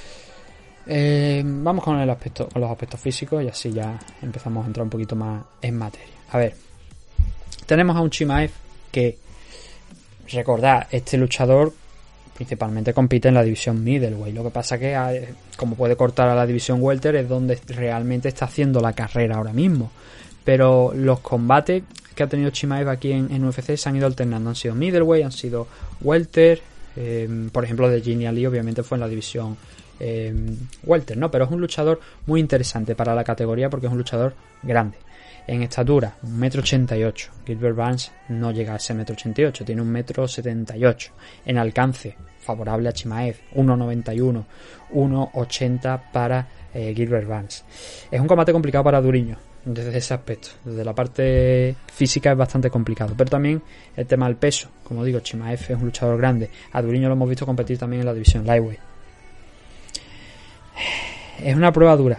Eh, vamos con el aspecto, con los aspectos físicos y así ya empezamos a entrar un poquito más en materia. A ver, tenemos a un Chimaev que, recordad, este luchador principalmente compite en la división middleweight. Lo que pasa que, como puede cortar a la división welter, es donde realmente está haciendo la carrera ahora mismo. Pero los combates que ha tenido Chimaev aquí en, en U F C se han ido alternando. Han sido middleweight, han sido welter. Eh, por ejemplo, de Jinlian Lee obviamente fue en la división eh, welter, ¿no? Pero es un luchador muy interesante para la categoría porque es un luchador grande. En estatura, un metro ochenta y ocho. Gilbert Burns no llega a ese metro ochenta y ocho, tiene un metro setenta y ocho. En alcance, favorable a Chimaev, uno noventa y uno, uno ochenta para eh, Gilbert Burns. Es un combate complicado para Duriño desde ese aspecto. Desde la parte física es bastante complicado, pero también el tema del peso. Como digo, Chimaev es un luchador grande. A Duriño lo hemos visto competir también en la división lightweight. Es una prueba dura,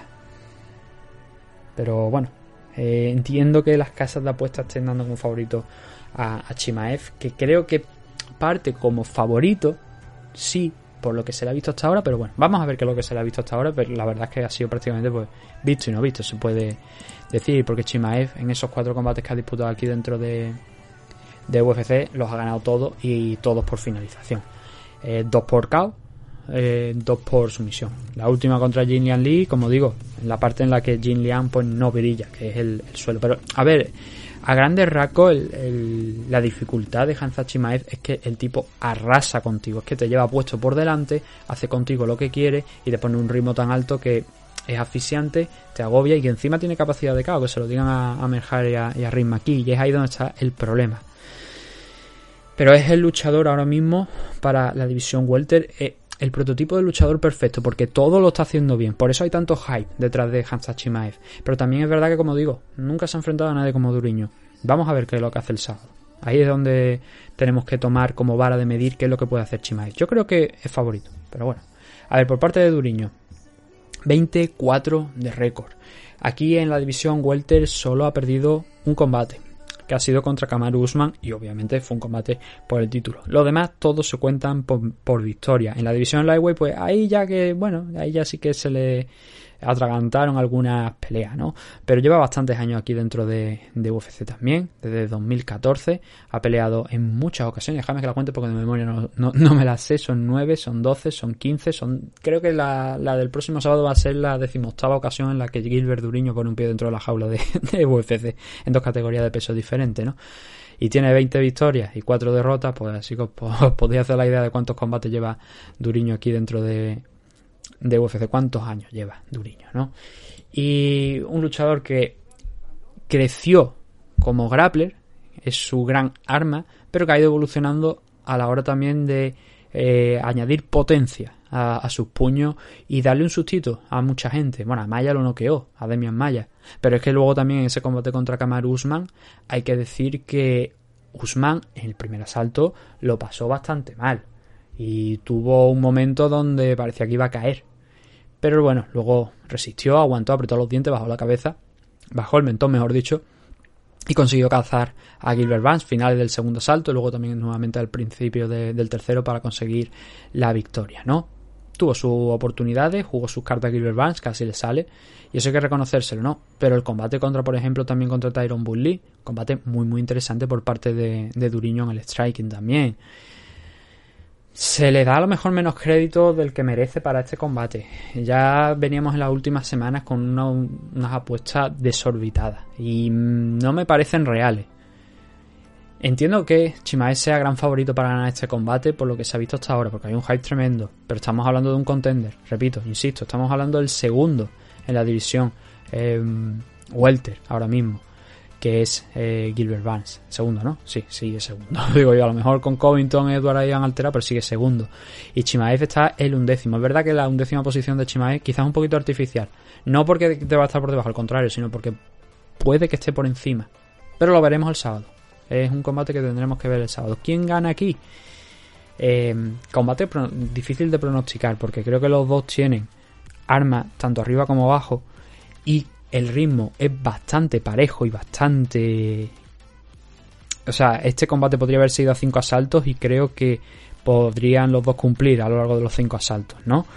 pero bueno, eh, entiendo que las casas de apuestas estén dando como favorito a, a Chimaev, que creo que parte como favorito, sí, por lo que se le ha visto hasta ahora, pero bueno, vamos a ver qué es lo que se le ha visto hasta ahora, pero la verdad es que ha sido prácticamente pues visto y no visto, se puede decir, porque Chimaev en esos cuatro combates que ha disputado aquí dentro de, de U F C los ha ganado todos y todos por finalización. Eh, dos por K O, eh, dos por sumisión. La última contra Jinlian Lee, como digo, en la parte en la que Jinlian pues no brilla, que es el, el suelo. Pero a ver, a grandes rasgos el, el, la dificultad de Khamzat Chimaev es que el tipo arrasa contigo, es que te lleva puesto por delante, hace contigo lo que quiere y te pone un ritmo tan alto que es asfixiante, te agobia y que encima tiene capacidad de K O, que se lo digan a, a Mearsheimer y a, y a Rhys McKee, y es ahí donde está el problema. Pero es el luchador ahora mismo para la división welter, eh, el prototipo de luchador perfecto, porque todo lo está haciendo bien. Por eso hay tanto hype detrás de Khamzat Chimaev. Pero también es verdad que, como digo, nunca se ha enfrentado a nadie como Duriño. Vamos a ver qué es lo que hace el sábado. Ahí es donde tenemos que tomar como vara de medir qué es lo que puede hacer Chimaev. Yo creo que es favorito, pero bueno. A ver, por parte de Duriño, veinticuatro de récord. Aquí en la división welter solo ha perdido un combate, que ha sido contra Kamaru Usman, y obviamente fue un combate por el título. Los demás todos se cuentan por, por victoria. En la división lightweight, pues ahí ya que, bueno, ahí ya sí que se le atragantaron algunas peleas, ¿no? Pero lleva bastantes años aquí dentro de, de U F C también, desde dos mil catorce, ha peleado en muchas ocasiones, déjame que la cuente porque de memoria no, no, no me la sé, son nueve, son doce, son quince, son, creo que la, la del próximo sábado va a ser la decimoctava ocasión en la que Gilbert Duriño pone un pie dentro de la jaula de, de U F C, en dos categorías de peso diferentes, ¿no? Y tiene veinte victorias y cuatro derrotas, pues así que os, os podéis hacer la idea de cuántos combates lleva Duriño aquí dentro de de U F C, cuántos años lleva Duriño, ¿no? Y un luchador que creció como grappler, es su gran arma, pero que ha ido evolucionando a la hora también de eh, añadir potencia a, a sus puños y darle un sustito a mucha gente. Bueno, a Maia lo noqueó, a Demian Maia, pero es que luego también en ese combate contra Kamaru Usman hay que decir que Usman en el primer asalto lo pasó bastante mal y tuvo un momento donde parecía que iba a caer, pero bueno, luego resistió, aguantó, apretó los dientes, bajó la cabeza, bajó el mentón, mejor dicho, y consiguió cazar a Gilbert Burns finales del segundo asalto y luego también nuevamente al principio de, del tercero para conseguir la victoria, ¿no? Tuvo sus oportunidades, jugó sus cartas Gilbert Burns, casi le sale, y eso hay que reconocérselo, ¿no? Pero el combate contra, por ejemplo, también contra Tyron Woodley, combate muy muy interesante por parte de, de Duriño en el striking también. Se le da a lo mejor menos crédito del que merece para este combate. Ya veníamos en las últimas semanas con una, unas apuestas desorbitadas y no me parecen reales. Entiendo que Chimaev sea gran favorito para ganar este combate por lo que se ha visto hasta ahora, porque hay un hype tremendo, pero estamos hablando de un contender, repito, insisto, estamos hablando del segundo en la división eh, welter ahora mismo, que es eh, Gilbert Burns. Segundo, ¿no? Sí, sigue segundo. Digo yo, a lo mejor con Covington y Edward ahí han alterado, pero sigue segundo. Y Chimaev está el undécimo. Es verdad que la undécima posición de Chimaev quizás es un poquito artificial. No porque te va a estar por debajo, al contrario, sino porque puede que esté por encima. Pero lo veremos el sábado. Es un combate que tendremos que ver el sábado. ¿Quién gana aquí? Eh, combate pro- difícil de pronosticar, porque creo que los dos tienen armas tanto arriba como abajo y el ritmo es bastante parejo y bastante... O sea, este combate podría haber sido a cinco asaltos y creo que podrían los dos cumplir a lo largo de los cinco asaltos, ¿no?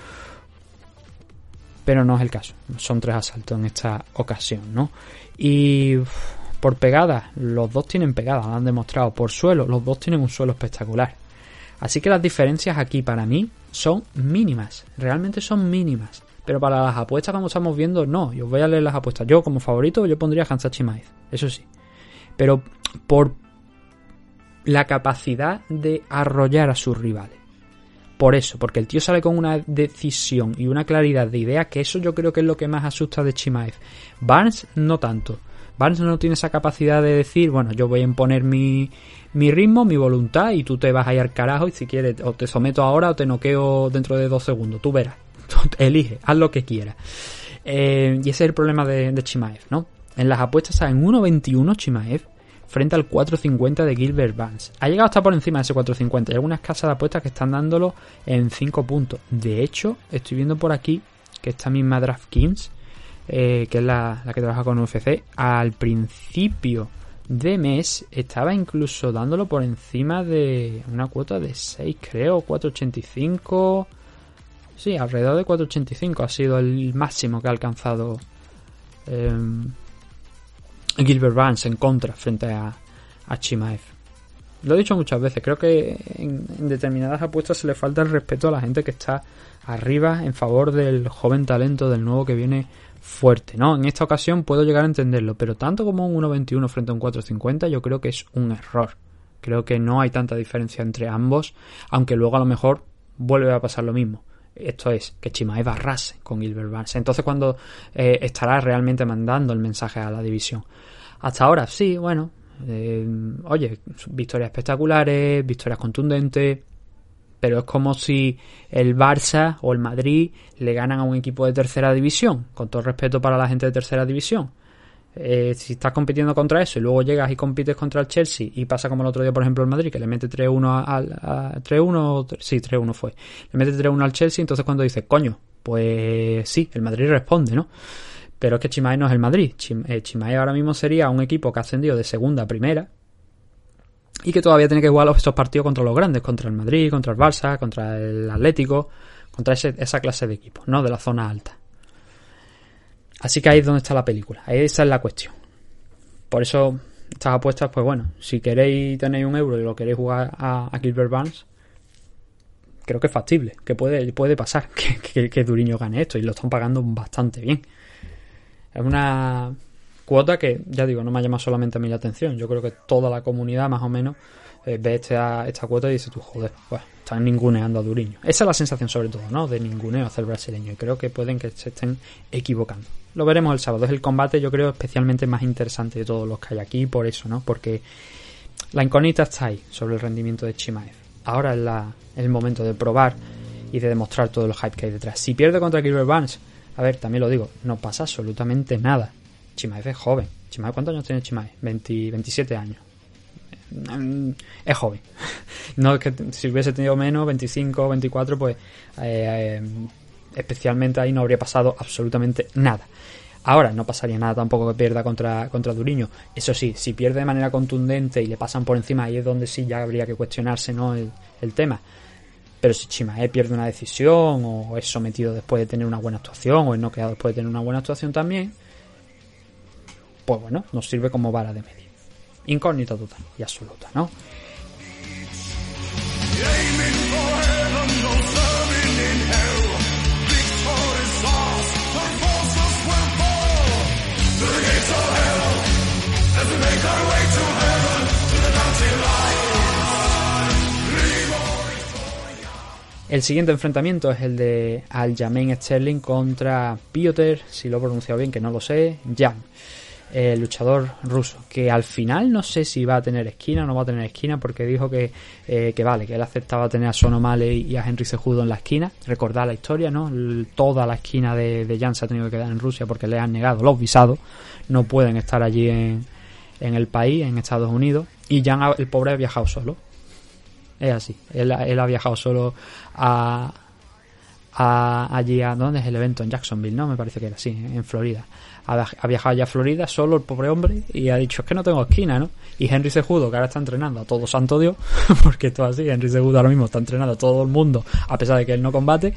Pero no es el caso. Son tres asaltos en esta ocasión, ¿no? Y por pegada, los dos tienen pegada, lo han demostrado. Por suelo, los dos tienen un suelo espectacular. Así que las diferencias aquí para mí son mínimas. Realmente son mínimas. Pero para las apuestas, como estamos viendo, no. Yo voy a leer las apuestas. Yo, como favorito, yo pondría a Khamzat Chimaev. Eso sí. Pero por la capacidad de arrollar a sus rivales. Por eso. Porque el tío sale con una decisión y una claridad de idea que eso yo creo que es lo que más asusta de Chimaev. Burns no tanto. Burns no tiene esa capacidad de decir, bueno, yo voy a imponer mi, mi ritmo, mi voluntad y tú te vas a ir al carajo y si quieres o te someto ahora o te noqueo dentro de dos segundos. Tú verás. Elige, haz lo que quieras. Eh, y ese es el problema de, de Chimaev, ¿no? En las apuestas está en uno veintiuno Chimaev frente al cuatro cincuenta de Gilbert Burns. Ha llegado hasta por encima de ese cuatro cincuenta. Hay algunas casas de apuestas que están dándolo en cinco puntos. De hecho, estoy viendo por aquí que esta misma DraftKings, eh, que es la, la que trabaja con U F C, al principio de mes estaba incluso dándolo por encima de una cuota de seis, creo, cuatro ochenta y cinco... Sí, alrededor de cuatro ochenta y cinco ha sido el máximo que ha alcanzado eh, Gilbert Burns en contra frente a, a Chimaev. Lo he dicho muchas veces, creo que en, en determinadas apuestas se le falta el respeto a la gente que está arriba en favor del joven talento, del nuevo que viene fuerte, ¿no? En esta ocasión puedo llegar a entenderlo, pero tanto como un uno veintiuno frente a un cuatro cincuenta yo creo que es un error. Creo que no hay tanta diferencia entre ambos, aunque luego a lo mejor vuelve a pasar lo mismo. Esto es, que Chimaev arrase con Gilbert Burns. Entonces cuando eh, estará realmente mandando el mensaje a la división. Hasta ahora, sí, bueno, eh, oye, victorias espectaculares, victorias contundentes, pero es como si el Barça o el Madrid le ganan a un equipo de tercera división, con todo respeto para la gente de tercera división. Eh, si estás compitiendo contra eso y luego llegas y compites contra el Chelsea y pasa como el otro día, por ejemplo, el Madrid, que le mete tres uno al a, tres uno, sí, tres uno fue, le mete tres uno al Chelsea, entonces cuando dices, coño, pues sí, el Madrid responde, ¿no? Pero es que Chimae no es el Madrid. Chim, eh, Chimae ahora mismo sería un equipo que ha ascendido de segunda a primera y que todavía tiene que jugar esos partidos contra los grandes, contra el Madrid, contra el Barça, contra el Atlético, contra ese, esa clase de equipos, ¿no? De la zona alta. Así que ahí es donde está la película. Ahí esa es la cuestión. Por eso, estas apuestas, pues bueno, si queréis tenéis un euro y lo queréis jugar a, a Gilbert Burns, creo que es factible, que puede, puede pasar que, que, que Duriño gane esto y lo están pagando bastante bien. Es una cuota que, ya digo, no me ha llamado solamente a mí la atención. Yo creo que toda la comunidad, más o menos, eh, ve esta, esta cuota y dice, tú, joder, pues, están ninguneando a Duriño. Esa es la sensación, sobre todo, ¿no? De ninguneo hacia el brasileño. Y creo que pueden que se estén equivocando. Lo veremos el sábado. Es el combate, yo creo, especialmente más interesante de todos los que hay aquí, por eso, ¿no? Porque la incógnita está ahí, sobre el rendimiento de Chimaev. Ahora es, la, es el momento de probar y de demostrar todo el hype que hay detrás. Si pierde contra Gilbert Burns, a ver, también lo digo, no pasa absolutamente nada. Chimaev es joven. Chimaev, ¿cuántos años tiene Chimaev? veinte, veintisiete años. Es joven. No es que si hubiese tenido menos, veinticinco, veinticuatro, pues eh, eh, especialmente ahí no habría pasado absolutamente nada. Ahora no pasaría nada tampoco que pierda contra, contra Duriño. Eso sí, si pierde de manera contundente y le pasan por encima, ahí es donde sí ya habría que cuestionarse, ¿no? el, el tema. Pero si Chimaev pierde una decisión o es sometido después de tener una buena actuación o es noqueado después de tener una buena actuación también, pues bueno, nos sirve como vara de medir. Incógnita total y absoluta, ¿no? El siguiente enfrentamiento es el de Aljamain Sterling contra Piotr, si lo he pronunciado bien, que no lo sé, Jan, el luchador ruso, que al final no sé si va a tener esquina o no va a tener esquina, porque dijo que, eh, que vale, que él aceptaba tener a Sean O'Malley y a Henry Cejudo en la esquina. Recordad la historia, ¿no? Toda la esquina de, de Jan se ha tenido que quedar en Rusia porque le han negado los visados, no pueden estar allí en, en el país, en Estados Unidos, y Jan, el pobre, ha viajado solo. Es así, él, él ha viajado solo a, a allí a ¿dónde es el evento? En Jacksonville, ¿no? Me parece que era así, en Florida. Ha, ha viajado ya a Florida solo el pobre hombre y ha dicho, es que no tengo esquina, ¿no? Y Henry Cejudo, que ahora está entrenando a todo santo Dios, porque esto es así, Henry Cejudo ahora mismo está entrenando a todo el mundo, a pesar de que él no combate,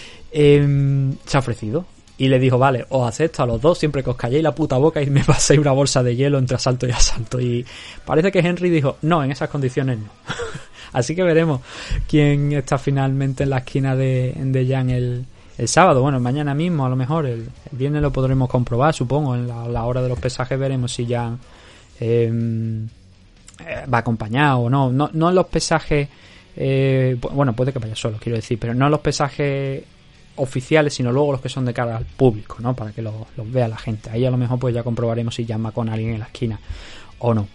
eh, se ha ofrecido. Y le dijo, vale, os acepto a los dos siempre que os calléis la puta boca y me paséis una bolsa de hielo entre asalto y asalto. Y parece que Henry dijo, no, en esas condiciones no. Así que veremos quién está finalmente en la esquina de, de Jan el, el sábado. Bueno, mañana mismo a lo mejor, el, el viernes lo podremos comprobar, supongo. En la, la hora de los pesajes veremos si Jan eh, va acompañado o no. No, no en los pesajes, eh, bueno, puede que vaya solo, quiero decir, pero no en los pesajes oficiales, sino luego los que son de cara al público, ¿no? Para que los, los vea la gente. Ahí a lo mejor pues ya comprobaremos si Jan va con alguien en la esquina o no.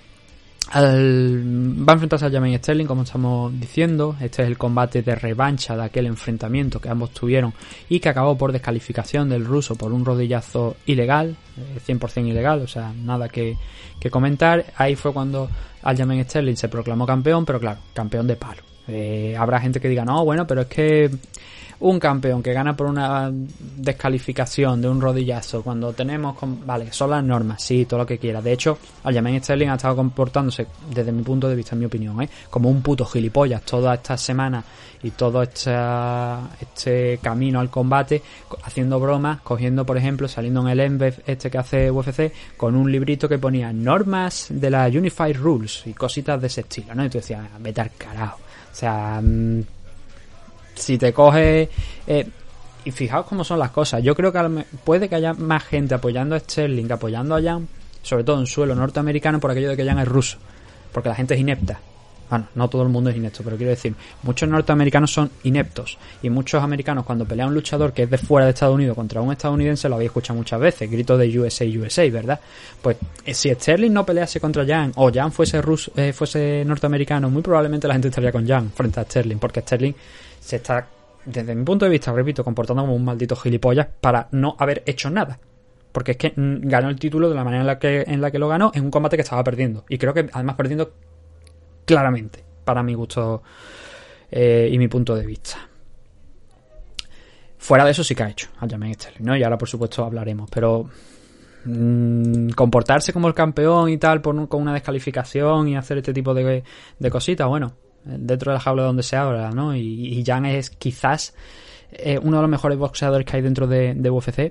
Al, va a enfrentarse a Aljamain Sterling, como estamos diciendo. Este es el combate de revancha de aquel enfrentamiento que ambos tuvieron y que acabó por descalificación del ruso por un rodillazo ilegal, cien por ciento ilegal, o sea, nada que, que comentar. Ahí fue cuando Aljamain Sterling se proclamó campeón, pero claro, campeón de palo. Eh, habrá gente que diga, no, bueno, pero es que un campeón que gana por una descalificación de un rodillazo cuando tenemos con... vale, son las normas, sí, todo lo que quiera. De hecho, Aljamain Sterling ha estado comportándose, desde mi punto de vista, en mi opinión, ¿eh? como un puto gilipollas toda esta semana y todo esta, este camino al combate, haciendo bromas, cogiendo, por ejemplo, saliendo en el M V este que hace U F C con un librito que ponía normas de la Unified Rules y cositas de ese estilo, ¿no? Y tú decías, vete al carajo. O sea, mmm, si te coges... Eh, y fijaos cómo son las cosas. Yo creo que puede que haya más gente apoyando a Sterling que apoyando a Jan, sobre todo en suelo norteamericano, por aquello de que Jan es ruso. Porque la gente es inepta. Bueno, no todo el mundo es inepto, pero quiero decir, muchos norteamericanos son ineptos. Y muchos americanos, cuando pelea un luchador que es de fuera de Estados Unidos contra un estadounidense, lo habéis escuchado muchas veces, gritos de U S A, U S A, ¿verdad? Pues si Sterling no pelease contra Jan, o Jan fuese ruso, eh, fuese norteamericano, muy probablemente la gente estaría con Jan frente a Sterling, porque Sterling se está, desde mi punto de vista, repito, comportando como un maldito gilipollas para no haber hecho nada. porque es que mm, ganó el título de la manera en la que en la que lo ganó, en un combate que estaba perdiendo, y creo que además perdiendo claramente, para mi gusto eh, y mi punto de vista. Fuera de eso sí que ha hecho Aljamain Sterling, ¿no? Y ahora por supuesto hablaremos, pero mmm, comportarse como el campeón y tal por un, con una descalificación y hacer este tipo de, de cositas, bueno, dentro de la jaula donde se habla, ¿no? Y, y Jan es quizás eh, uno de los mejores boxeadores que hay dentro de, de U F C,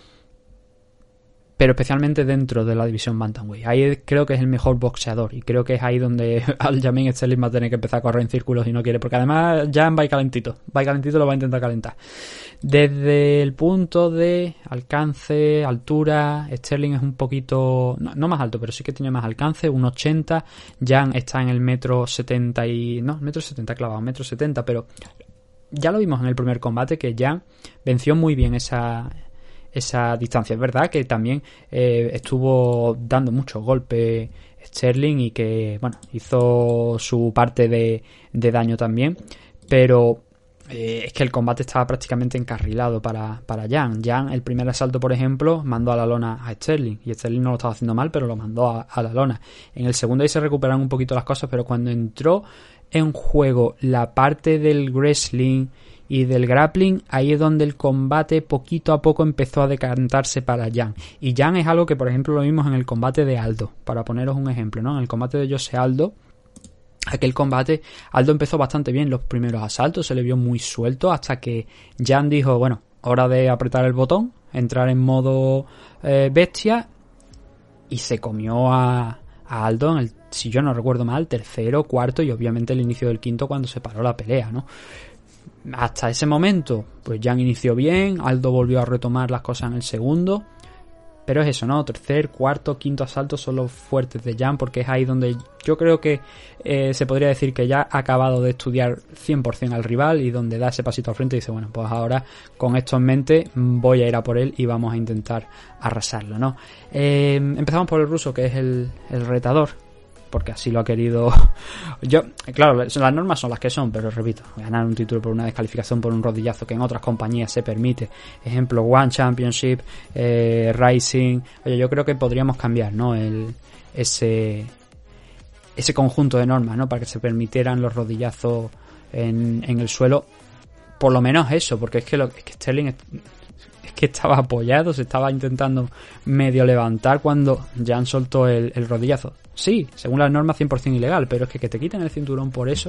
pero especialmente dentro de la división Bantamweight. Ahí creo que es el mejor boxeador y creo que es ahí donde Aljamain Sterling va a tener que empezar a correr en círculos si no quiere, porque además Jan va a ir calentito, va a ir calentito, lo va a intentar calentar. Desde el punto de alcance, altura, Sterling es un poquito, no, no más alto, pero sí que tiene más alcance, un ochenta, Jan está en el metro setenta y, no, metro setenta clavado, metro setenta, pero ya lo vimos en el primer combate que Jan venció muy bien esa esa distancia. Es verdad que también eh, estuvo dando muchos golpes Sterling y que, bueno, hizo su parte de, de daño también, pero eh, es que el combate estaba prácticamente encarrilado para, para Jan. Jan, el primer asalto, por ejemplo, mandó a la lona a Sterling, y Sterling no lo estaba haciendo mal, pero lo mandó a, a la lona. En el segundo ahí se recuperaron un poquito las cosas, pero cuando entró en juego la parte del wrestling y del grappling, ahí es donde el combate poquito a poco empezó a decantarse para Jan. Y Jan es algo que, por ejemplo, lo vimos en el combate de Aldo, para poneros un ejemplo, ¿no? En el combate de Jose Aldo, aquel combate, Aldo empezó bastante bien los primeros asaltos, se le vio muy suelto, hasta que Jan dijo, bueno, hora de apretar el botón, entrar en modo eh, bestia, y se comió a, a Aldo en el, si yo no recuerdo mal, tercero, cuarto y obviamente el inicio del quinto cuando se paró la pelea, ¿no? Hasta ese momento, pues Jan inició bien, Aldo volvió a retomar las cosas en el segundo, pero es eso, ¿no? Tercer, cuarto, quinto asalto son los fuertes de Jan, porque es ahí donde yo creo que eh, se podría decir que ya ha acabado de estudiar cien por ciento al rival y donde da ese pasito al frente y dice, bueno, pues ahora con esto en mente voy a ir a por él y vamos a intentar arrasarlo, ¿no? Eh, empezamos por el ruso, que es el, el retador, porque así lo ha querido. Yo, claro, las normas son las que son, pero repito, ganar un título por una descalificación por un rodillazo que en otras compañías se permite, ejemplo One Championship, eh, Rising, oye, yo creo que podríamos cambiar, ¿no? El, ese ese conjunto de normas, ¿no? Para que se permitieran los rodillazos en, en el suelo, por lo menos eso, porque es que, lo, es que Sterling es, es que estaba apoyado, se estaba intentando medio levantar cuando Jan soltó el, el rodillazo. Sí, según las normas cien por ciento ilegal, pero es que que te quiten el cinturón por eso,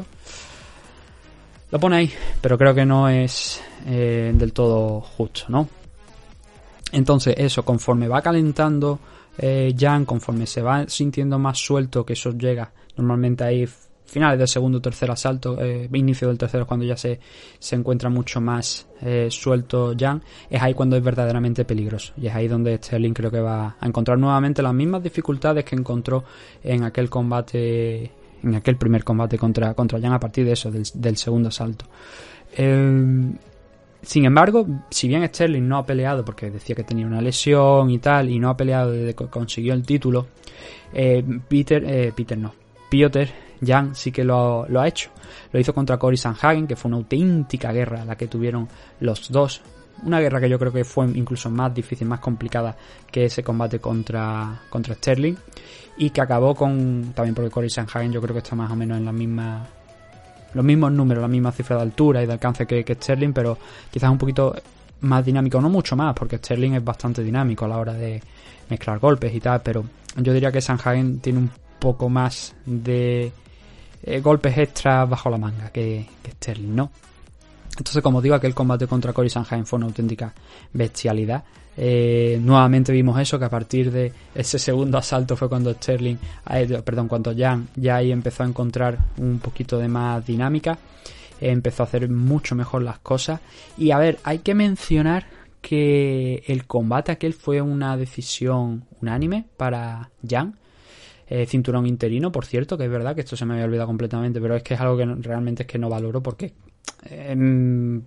lo pone ahí, pero creo que no es eh, del todo justo, ¿no? Entonces eso, conforme va calentando eh, Jan, conforme se va sintiendo más suelto, que eso llega normalmente ahí finales del segundo o tercer asalto, eh, inicio del tercero, cuando ya se, se encuentra mucho más eh, suelto Jan, es ahí cuando es verdaderamente peligroso, y es ahí donde Sterling creo que va a encontrar nuevamente las mismas dificultades que encontró en aquel combate, en aquel primer combate contra, contra Jan a partir de eso, del, del segundo asalto. Eh, sin embargo, si bien Sterling no ha peleado, porque decía que tenía una lesión y tal, y no ha peleado desde que consiguió el título, eh, Peter, eh, Peter no, Piotr Jan sí que lo, lo ha hecho. Lo hizo contra Cory Sandhagen, que fue una auténtica guerra la que tuvieron los dos. Una guerra que yo creo que fue incluso más difícil, más complicada que ese combate contra, contra Sterling. Y que acabó con, también porque Cory Sandhagen yo creo que está más o menos en la misma, los mismos números, la misma cifra de altura y de alcance que, que Sterling, pero quizás un poquito más dinámico, no mucho más, porque Sterling es bastante dinámico a la hora de mezclar golpes y tal, pero yo diría que Sandhagen tiene un poco más de Eh, golpes extras bajo la manga que, que Sterling, ¿no? Entonces, como digo, aquel combate contra Cory Sandhagen fue una auténtica bestialidad. Eh, nuevamente vimos eso, que a partir de ese segundo asalto fue cuando Sterling, eh, perdón, cuando Jan ya ahí empezó a encontrar un poquito de más dinámica, eh, empezó a hacer mucho mejor las cosas. Y a ver, hay que mencionar que el combate aquel fue una decisión unánime para Jan. Eh, cinturón interino, por cierto, que es verdad que esto se me había olvidado completamente, pero es que es algo que no, realmente es que no valoro porque eh,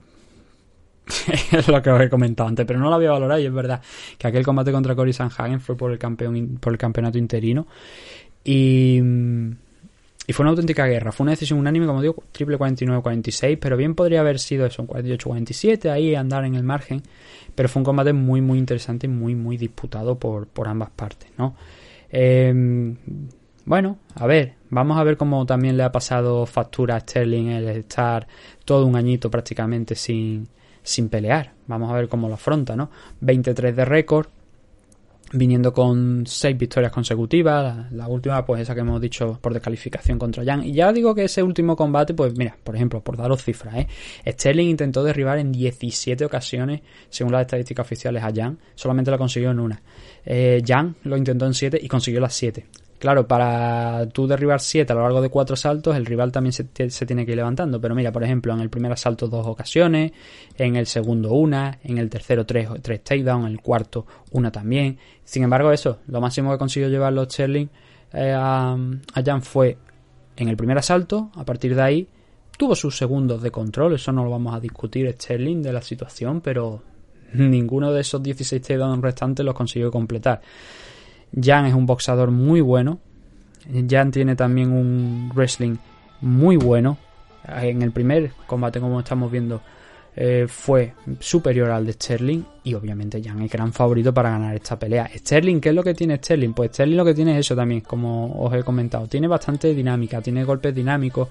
es lo que os he comentado antes, pero no lo había valorado, y es verdad que aquel combate contra Cory Sandhagen fue por el campeón por el campeonato interino, y y fue una auténtica guerra. Fue una decisión unánime, como digo, triple cuarenta y nueve cuarenta y seis, pero bien podría haber sido eso, un cuarenta y ocho cuarenta y siete, ahí andar en el margen. Pero fue un combate muy, muy interesante y muy, muy disputado por, por ambas partes, ¿no? Eh, bueno, a ver, vamos a ver cómo también le ha pasado factura a Sterling el estar todo un añito prácticamente sin, sin pelear. Vamos a ver cómo lo afronta, ¿no? veintitrés de récord, viniendo con seis victorias consecutivas. La, la última, pues esa que hemos dicho por descalificación contra Jan. Y ya digo que ese último combate, pues mira, por ejemplo, por daros cifras, ¿eh? Sterling intentó derribar en diecisiete ocasiones, según las estadísticas oficiales, a Jan. Solamente lo consiguió en una. Eh, Jan lo intentó en siete y consiguió las siete. Claro, para tú derribar siete a lo largo de cuatro asaltos, el rival también se, t- se tiene que ir levantando. Pero mira, por ejemplo, en el primer asalto dos ocasiones, en el segundo una, en el tercero tres, tres takedowns, en el cuarto una también. Sin embargo, eso, lo máximo que consiguió llevar los Sterling eh, a, a Jan fue en el primer asalto. A partir de ahí tuvo sus segundos de control, eso no lo vamos a discutir, Sterling, de la situación, pero ninguno de esos dieciséis takedowns restantes los consiguió completar. Jan es un boxeador muy bueno. Jan tiene también un wrestling muy bueno. En el primer combate, como estamos viendo, eh, fue superior al de Sterling. Y obviamente Jan es gran favorito para ganar esta pelea. Sterling, ¿qué es lo que tiene Sterling? Pues Sterling lo que tiene es eso también, como os he comentado. Tiene bastante dinámica, tiene golpes dinámicos.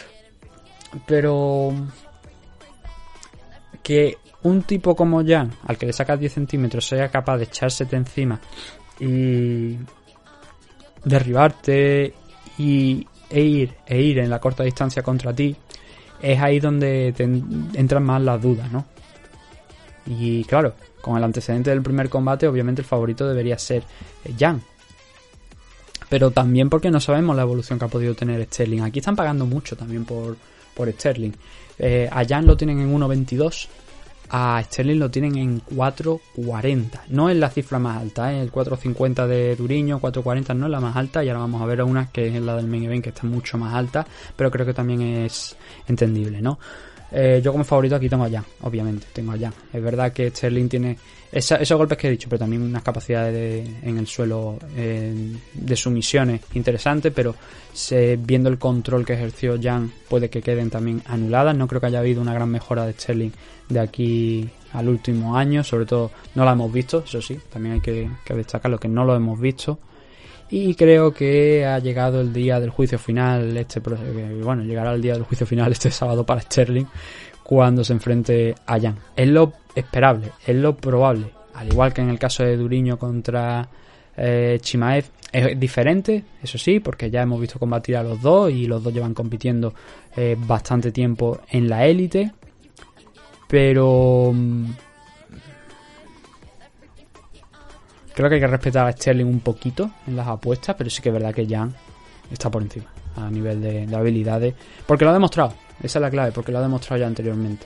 Pero que un tipo como Jan, al que le sacas diez centímetros, sea capaz de echársete encima y derribarte y, e ir e ir en la corta distancia contra ti, es ahí donde te entran más las dudas, ¿no? Y claro, con el antecedente del primer combate, obviamente el favorito debería ser Jan, pero también porque no sabemos la evolución que ha podido tener Sterling. Aquí están pagando mucho también por, por Sterling. Eh, a Jan lo tienen en uno veintidós, a Sterling lo tienen en cuatro cuarenta. No es la cifra más alta, ¿eh? El cuatro cincuenta de Duriño, cuatro cuarenta no es la más alta. Y ahora vamos a ver una que es la del main event, que está mucho más alta, pero creo que también es entendible, ¿no? Eh, yo como favorito aquí tengo a Jan, obviamente, tengo a Jan. Es verdad que Sterling tiene esa, esos golpes que he dicho, pero también unas capacidades de, en el suelo eh, de sumisiones interesantes, pero se, viendo el control que ejerció Jan, puede que queden también anuladas. No creo que haya habido una gran mejora de Sterling de aquí al último año, sobre todo no la hemos visto, eso sí, también hay que, que destacar lo que no lo hemos visto. Y creo que ha llegado el día del juicio final, este bueno, llegará el día del juicio final este sábado para Sterling, cuando se enfrente a Jan. Es lo esperable, es lo probable, al igual que en el caso de Duriño contra eh, Chimaev. Es diferente, eso sí, porque ya hemos visto combatir a los dos y los dos llevan compitiendo eh, bastante tiempo en la élite, pero creo que hay que respetar a Sterling un poquito en las apuestas, pero sí que es verdad que Jan está por encima a nivel de, de habilidades, porque lo ha demostrado, esa es la clave, porque lo ha demostrado ya anteriormente.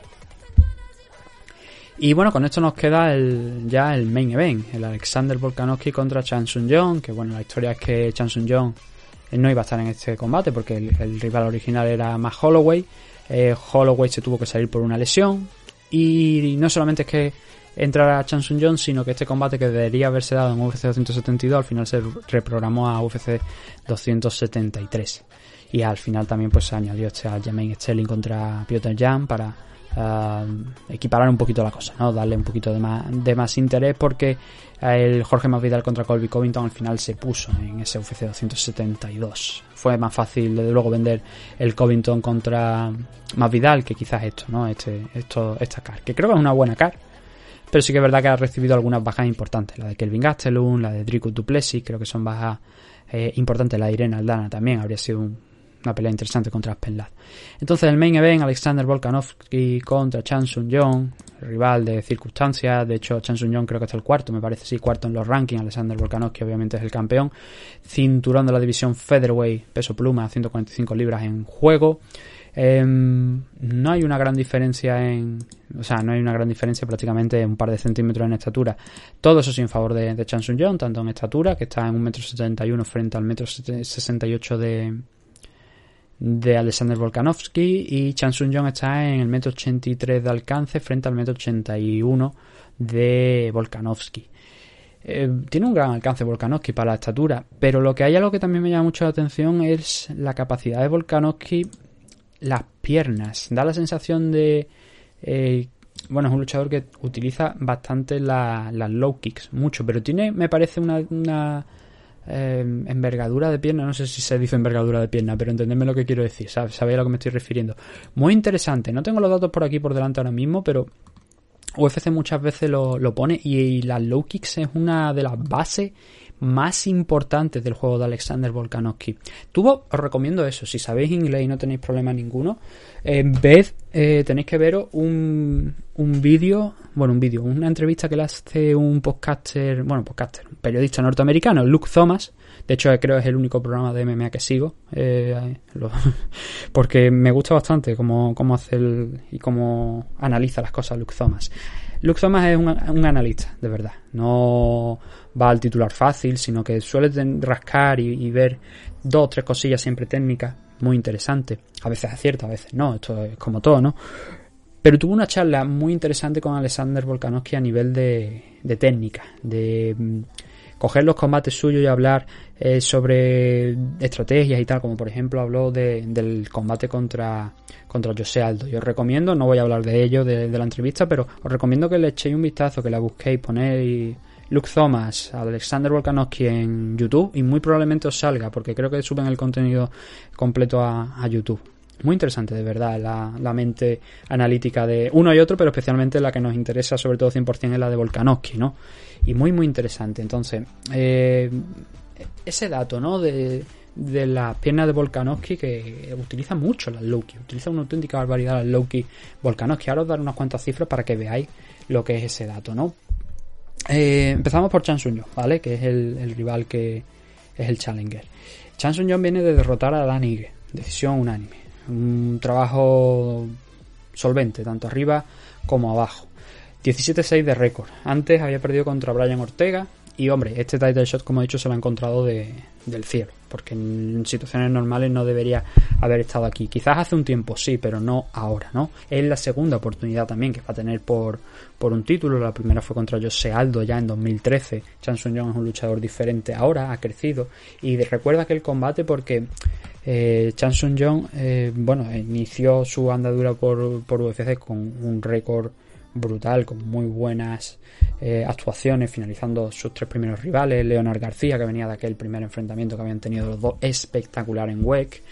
Y bueno, con esto nos queda el, ya el main event, el Alexander Volkanovski contra Chan Sung Jung, que bueno, la historia es que Chan Sung Jung no iba a estar en este combate porque el, el rival original era Max Holloway. eh, Holloway se tuvo que salir por una lesión, y no solamente es que entrara Chan Sung Jung, sino que este combate, que debería haberse dado en U F C doscientos setenta y dos, al final se reprogramó a U F C doscientos setenta y tres, y al final también pues se añadió este a Jermaine Sterling contra Petr Yan para uh, equiparar un poquito la cosa, ¿no? Darle un poquito de más, de más interés, porque el Jorge Masvidal contra Colby Covington al final se puso en ese U F C doscientos setenta y dos. Fue más fácil desde luego vender el Covington contra Masvidal que quizás esto, ¿no? Este, esto, esta car, que creo que es una buena car, pero sí que es verdad que ha recibido algunas bajas importantes, la de Kelvin Gastelum, la de Dricus du Plessis, creo que son bajas eh, importantes, la de Irene Aldana también habría sido un, una pelea interesante contra Aspen Ladd. Entonces el main event, Alexander Volkanovski contra Chan Sung Jung, rival de circunstancias. De hecho, Chan Sung Jung creo que está el cuarto, me parece, sí, cuarto en los rankings. Alexander Volkanovski obviamente es el campeón. Cinturón de la división Featherweight, peso pluma, ciento cuarenta y cinco libras en juego. Eh, no hay una gran diferencia en... O sea, no hay una gran diferencia, prácticamente un par de centímetros en estatura. Todo eso sí en favor de, de Chan Sung Jung, tanto en estatura, que está en un metro setenta y uno frente al metro sesenta y ocho de... de Alexander Volkanovski, y Chan Sung Jung está en el metro ochenta y tres de alcance frente al metro ochenta y uno de Volkanovski. Eh, tiene un gran alcance Volkanovski para la estatura, pero lo que hay algo que también me llama mucho la atención es la capacidad de Volkanovski, las piernas. Da la sensación de... Eh, bueno, es un luchador que utiliza bastante las la low kicks, mucho, pero tiene, me parece, una... una Eh, envergadura de pierna, no sé si se dice envergadura de pierna, pero entendedme lo que quiero decir, ¿sabes? Sabéis a lo que me estoy refiriendo. Muy interesante, no tengo los datos por aquí por delante ahora mismo, pero U F C muchas veces lo, lo pone, y, y las low kicks es una de las bases más importantes del juego de Alexander Volkanovski. Tuvo, os recomiendo eso, si sabéis inglés y no tenéis problema ninguno, eh, ved, eh, tenéis que ver un, un vídeo, bueno, un vídeo, una entrevista que le hace un podcaster, bueno, podcaster, un periodista norteamericano, Luke Thomas. De hecho, creo que es el único programa de M M A que sigo, eh, lo, porque me gusta bastante cómo, cómo hace el, y cómo analiza las cosas Luke Thomas. Luke Thomas es un, un analista, de verdad. No va al titular fácil, sino que suele rascar y, y ver dos o tres cosillas siempre técnicas, muy interesantes. A veces acierta, a veces no, esto es como todo, ¿no? Pero tuvo una charla muy interesante con Alexander Volkanovski a nivel de, de técnica, de coger los combates suyos y hablar eh, sobre estrategias y tal, como por ejemplo habló de, del combate contra, contra José Aldo. Yo os recomiendo, no voy a hablar de ello, de, de la entrevista, pero os recomiendo que le echéis un vistazo, que la busquéis, ponéis Luke Thomas, Alexander Volkanovski en YouTube y muy probablemente os salga, porque creo que suben el contenido completo a, a YouTube. Muy interesante, de verdad, la, la mente analítica de uno y otro, pero especialmente la que nos interesa, sobre todo cien por ciento, es la de Volkanovski, ¿no? Y muy, muy interesante. Entonces, eh, ese dato, ¿no? De, de las piernas de Volkanovski, que utiliza mucho las low kick, utiliza una auténtica barbaridad las low kick Volkanovski. Ahora os daré unas cuantas cifras para que veáis lo que es ese dato, ¿no? Eh, empezamos por Chan Sung Jung, ¿vale? Que es el, el rival que es el challenger. Chan Sung Jung viene de derrotar a Dan Ige, decisión unánime. Un trabajo solvente, tanto arriba como abajo. diecisiete seis de récord. Antes había perdido contra Brian Ortega. Y hombre, este title shot, como he dicho, se lo ha encontrado de, del cielo, porque en situaciones normales no debería haber estado aquí. Quizás hace un tiempo sí, pero no ahora, ¿no? Es la segunda oportunidad también que va a tener por, por un título. La primera fue contra José Aldo ya en dos mil trece. Chan Sung Jung es un luchador diferente ahora, ha crecido. Y recuerda aquel combate porque eh, Chan Sung Jung, eh, bueno, inició su andadura por, por U F C con un récord brutal, con muy buenas eh, actuaciones, finalizando sus tres primeros rivales. Leonard García, que venía de aquel primer enfrentamiento que habían tenido los dos, espectacular en W E C.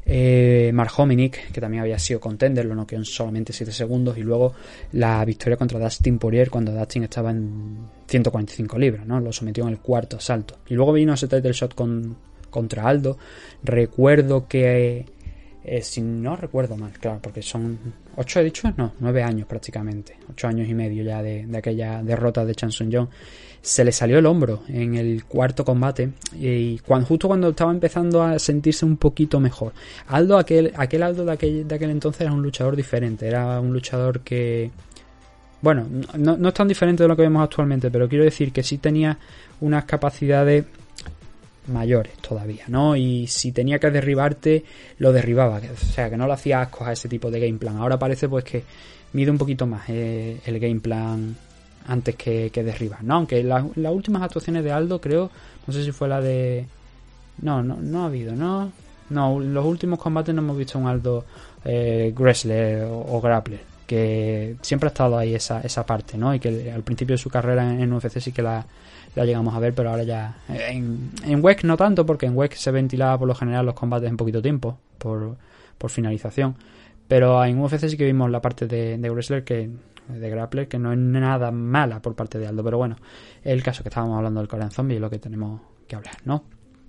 eh, Mark Hominick, que también había sido contender, lo noqueó en solamente siete segundos, y luego la victoria contra Dustin Poirier cuando Dustin estaba en ciento cuarenta y cinco libras, ¿no? Lo sometió en el cuarto asalto, y luego vino ese title shot con, contra Aldo. Recuerdo que Eh, si no recuerdo mal, claro, porque son ocho, he dicho, no, nueve años prácticamente, ocho años y medio ya de, de aquella derrota de Chan Sung Jung. Se le salió el hombro en el cuarto combate y cuando, justo cuando estaba empezando a sentirse un poquito mejor. Aldo, aquel, aquel Aldo de aquel, de aquel entonces era un luchador diferente, era un luchador que, bueno, no, no es tan diferente de lo que vemos actualmente, pero quiero decir que sí tenía unas capacidades mayores todavía, ¿no? Y si tenía que derribarte, lo derribaba, o sea, que no le hacía ascos a ese tipo de game plan. Ahora parece pues que mide un poquito más eh, el game plan antes que, que derribar, ¿no? Aunque la, las últimas actuaciones de Aldo, creo, no sé si fue la de... No, no, no ha habido, ¿no? No, los últimos combates no hemos visto un Aldo eh, wrestler o, o grappler, que siempre ha estado ahí esa, esa parte, ¿no? Y que al principio de su carrera en, en U F C sí que la la llegamos a ver, pero ahora ya en, en W E C no tanto, porque en W E C se ventilaba por lo general los combates en poquito tiempo por, por finalización, pero en U F C sí que vimos la parte de, de wrestler, que de grappler, que no es nada mala por parte de Aldo, pero bueno, es el caso que estábamos hablando del Korean Zombie y lo que tenemos que hablar, ¿no?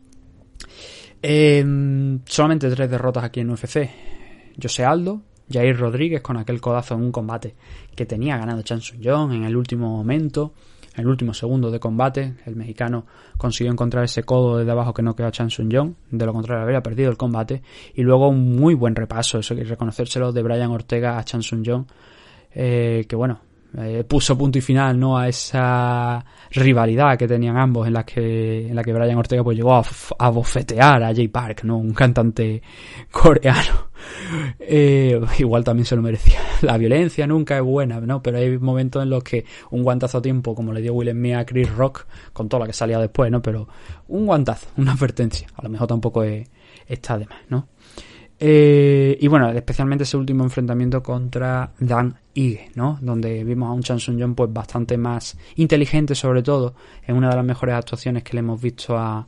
Eh, solamente tres derrotas aquí en U F C. José Aldo, Jair Rodríguez con aquel codazo en un combate que tenía ganado Chan Sung Jung en el último momento, en el último segundo de combate. El mexicano consiguió encontrar ese codo desde abajo que no quedó a Chan Sung Jung, de lo contrario habría perdido el combate. Y luego un muy buen repaso, eso hay que reconocérselo, de Brian Ortega a Chan Sung Jung, eh, que bueno, eh, puso punto y final, ¿no?, a esa rivalidad que tenían ambos, en la que en la que Brian Ortega pues llegó a, a bofetear a Jay Park, ¿no?, un cantante coreano. Eh, igual también se lo merecía. La violencia nunca es buena, ¿no?, pero hay momentos en los que un guantazo a tiempo, como le dio Will Smith a Chris Rock, con todo lo que salía después, ¿no?, pero un guantazo, una advertencia, a lo mejor tampoco es, está de más, ¿no? Eh, y bueno, especialmente ese último enfrentamiento contra Dan Ige, ¿no?, donde vimos a un Chan Sung Jung pues bastante más inteligente, sobre todo, en una de las mejores actuaciones que le hemos visto a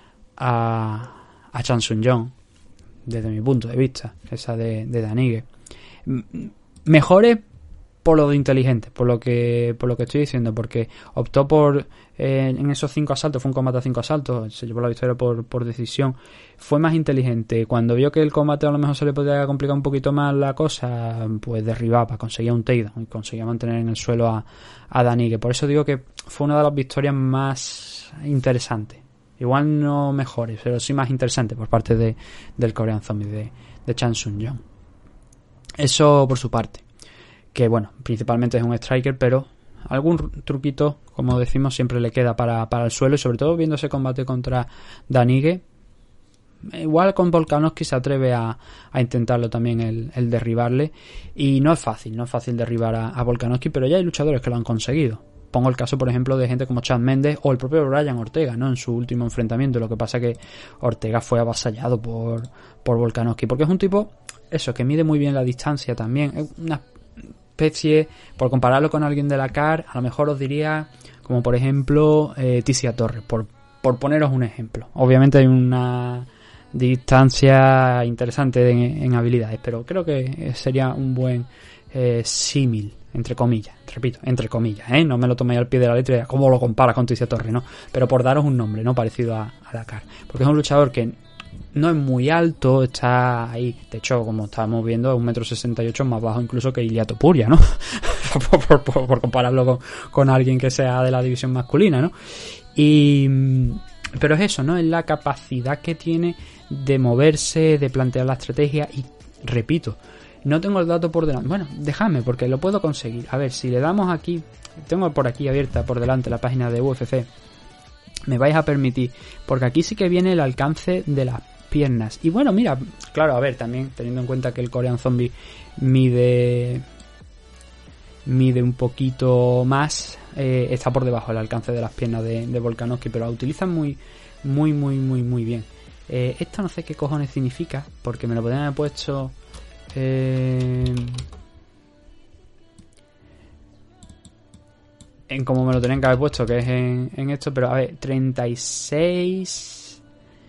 a, a Chan Sung Jung, desde mi punto de vista, esa de, de Dan Ige. Mejores por lo de inteligente, por lo que por lo que estoy diciendo, porque optó por eh, en esos cinco asaltos, fue un combate a cinco asaltos, se llevó la victoria por, por decisión, fue más inteligente. Cuando vio que el combate a lo mejor se le podía complicar un poquito más la cosa, pues derribaba, conseguía un takedown y conseguía mantener en el suelo a, a Dan Ige. Por eso digo que fue una de las victorias más interesantes, igual no mejores, pero sí más interesantes por parte de, del Korean Zombie, de, de Chan Sung Jung. Eso por su parte, que bueno, principalmente es un striker, pero algún truquito, como decimos, siempre le queda para, para el suelo, y sobre todo viendo ese combate contra Dan Ige, igual con Volkanovski se atreve a, a intentarlo también, el, el derribarle, y no es fácil, no es fácil derribar a, a Volkanovski, pero ya hay luchadores que lo han conseguido. Pongo el caso, por ejemplo, de gente como Chad Mendes o el propio Brian Ortega, ¿no?, en su último enfrentamiento. Lo que pasa que Ortega fue avasallado por, por Volkanovski, porque es un tipo, eso, que mide muy bien la distancia también. Es una especie, por compararlo con alguien de la C A R, a lo mejor os diría, como por ejemplo, eh, Ticia Torres, por, por poneros un ejemplo. Obviamente hay una distancia interesante en, en habilidades, pero creo que sería un buen eh, símil, entre comillas, repito, entre comillas, ¿eh? No me lo toméis al pie de la letra, como lo comparas con Ticia Torres, ¿no? Pero por daros un nombre, ¿no?, parecido a, a la C A R, porque es un luchador que no es muy alto, está ahí, de hecho, como estábamos viendo, es un metro sesenta y ocho, más bajo incluso que Ilia Topuria, ¿no? por, por, por, por compararlo con, con alguien que sea de la división masculina, ¿no? Y pero es eso, ¿no?, es la capacidad que tiene de moverse, de plantear la estrategia. Y repito, no tengo el dato por delante, bueno, déjame, porque lo puedo conseguir. A ver, si le damos aquí, tengo por aquí abierta por delante la página de U F C, me vais a permitir, porque aquí sí que viene el alcance de las piernas. Y bueno, mira, claro, a ver, también teniendo en cuenta que el Korean Zombie mide mide un poquito más, eh, está por debajo del alcance de las piernas de, de Volkanovski, pero la utilizan muy muy muy muy muy bien. Eh, esto no sé qué cojones significa, porque me lo podrían haber puesto eh, en como me lo tenían que haber puesto, que es en, en esto, pero a ver, treinta y seis,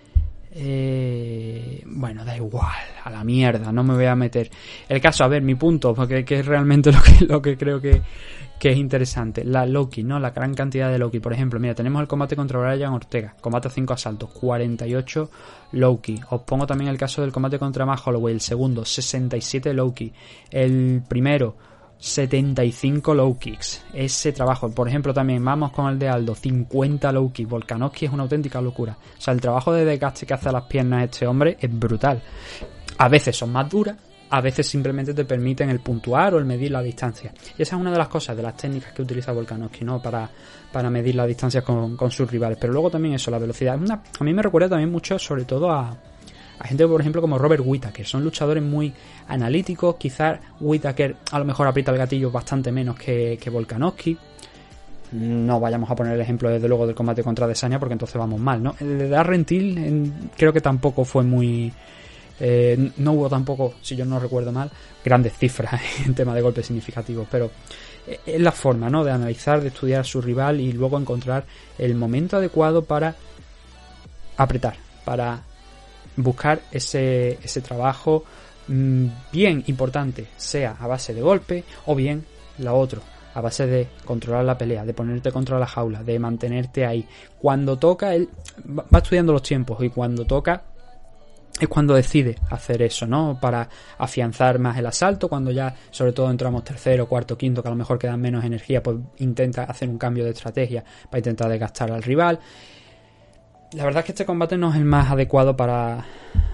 eh, bueno, da igual, a la mierda, no me voy a meter. El caso, a ver, mi punto, porque que es realmente lo que, lo que creo que, que es interesante, la low kick, ¿no?, la gran cantidad de low kick. Por ejemplo, mira, tenemos el combate contra Brian Ortega, combate a cinco asaltos, cuarenta y ocho low kick. Os pongo también el caso del combate contra Matt Holloway, el segundo, sesenta y siete low kick, el primero, setenta y cinco low kicks. Ese trabajo, por ejemplo, también vamos con el de Aldo, cincuenta low kicks. Volkanovski es una auténtica locura. O sea, el trabajo de desgaste que hace a las piernas este hombre es brutal. A veces son más duras, a veces simplemente te permiten el puntuar o el medir la distancia. Y esa es una de las cosas, de las técnicas que utiliza Volkanovski, ¿no?, para, para medir las distancias con, con sus rivales. Pero luego también eso, la velocidad. Es una, a mí me recuerda también mucho, sobre todo a a gente, por ejemplo, como Robert Whittaker. Son luchadores muy analíticos. Quizás Whittaker a lo mejor aprieta el gatillo bastante menos que, que Volkanovski. No vayamos a poner el ejemplo, desde luego, del combate contra Adesanya, porque entonces vamos mal, ¿no? El de Darren Till en, creo que tampoco fue muy... Eh, no hubo tampoco, si yo no recuerdo mal, grandes cifras en tema de golpes significativos, pero es la forma, ¿no?, de analizar, de estudiar a su rival y luego encontrar el momento adecuado para apretar, para buscar ese, ese trabajo mmm, bien importante, sea a base de golpe o bien lo otro, a base de controlar la pelea, de ponerte contra la jaula, de mantenerte ahí. Cuando toca, él va estudiando los tiempos, y cuando toca es cuando decide hacer eso, ¿no?, para afianzar más el asalto. Cuando ya, sobre todo, entramos tercero, cuarto, quinto, que a lo mejor quedan menos energía, pues intenta hacer un cambio de estrategia para intentar desgastar al rival. La verdad es que este combate no es el más adecuado para,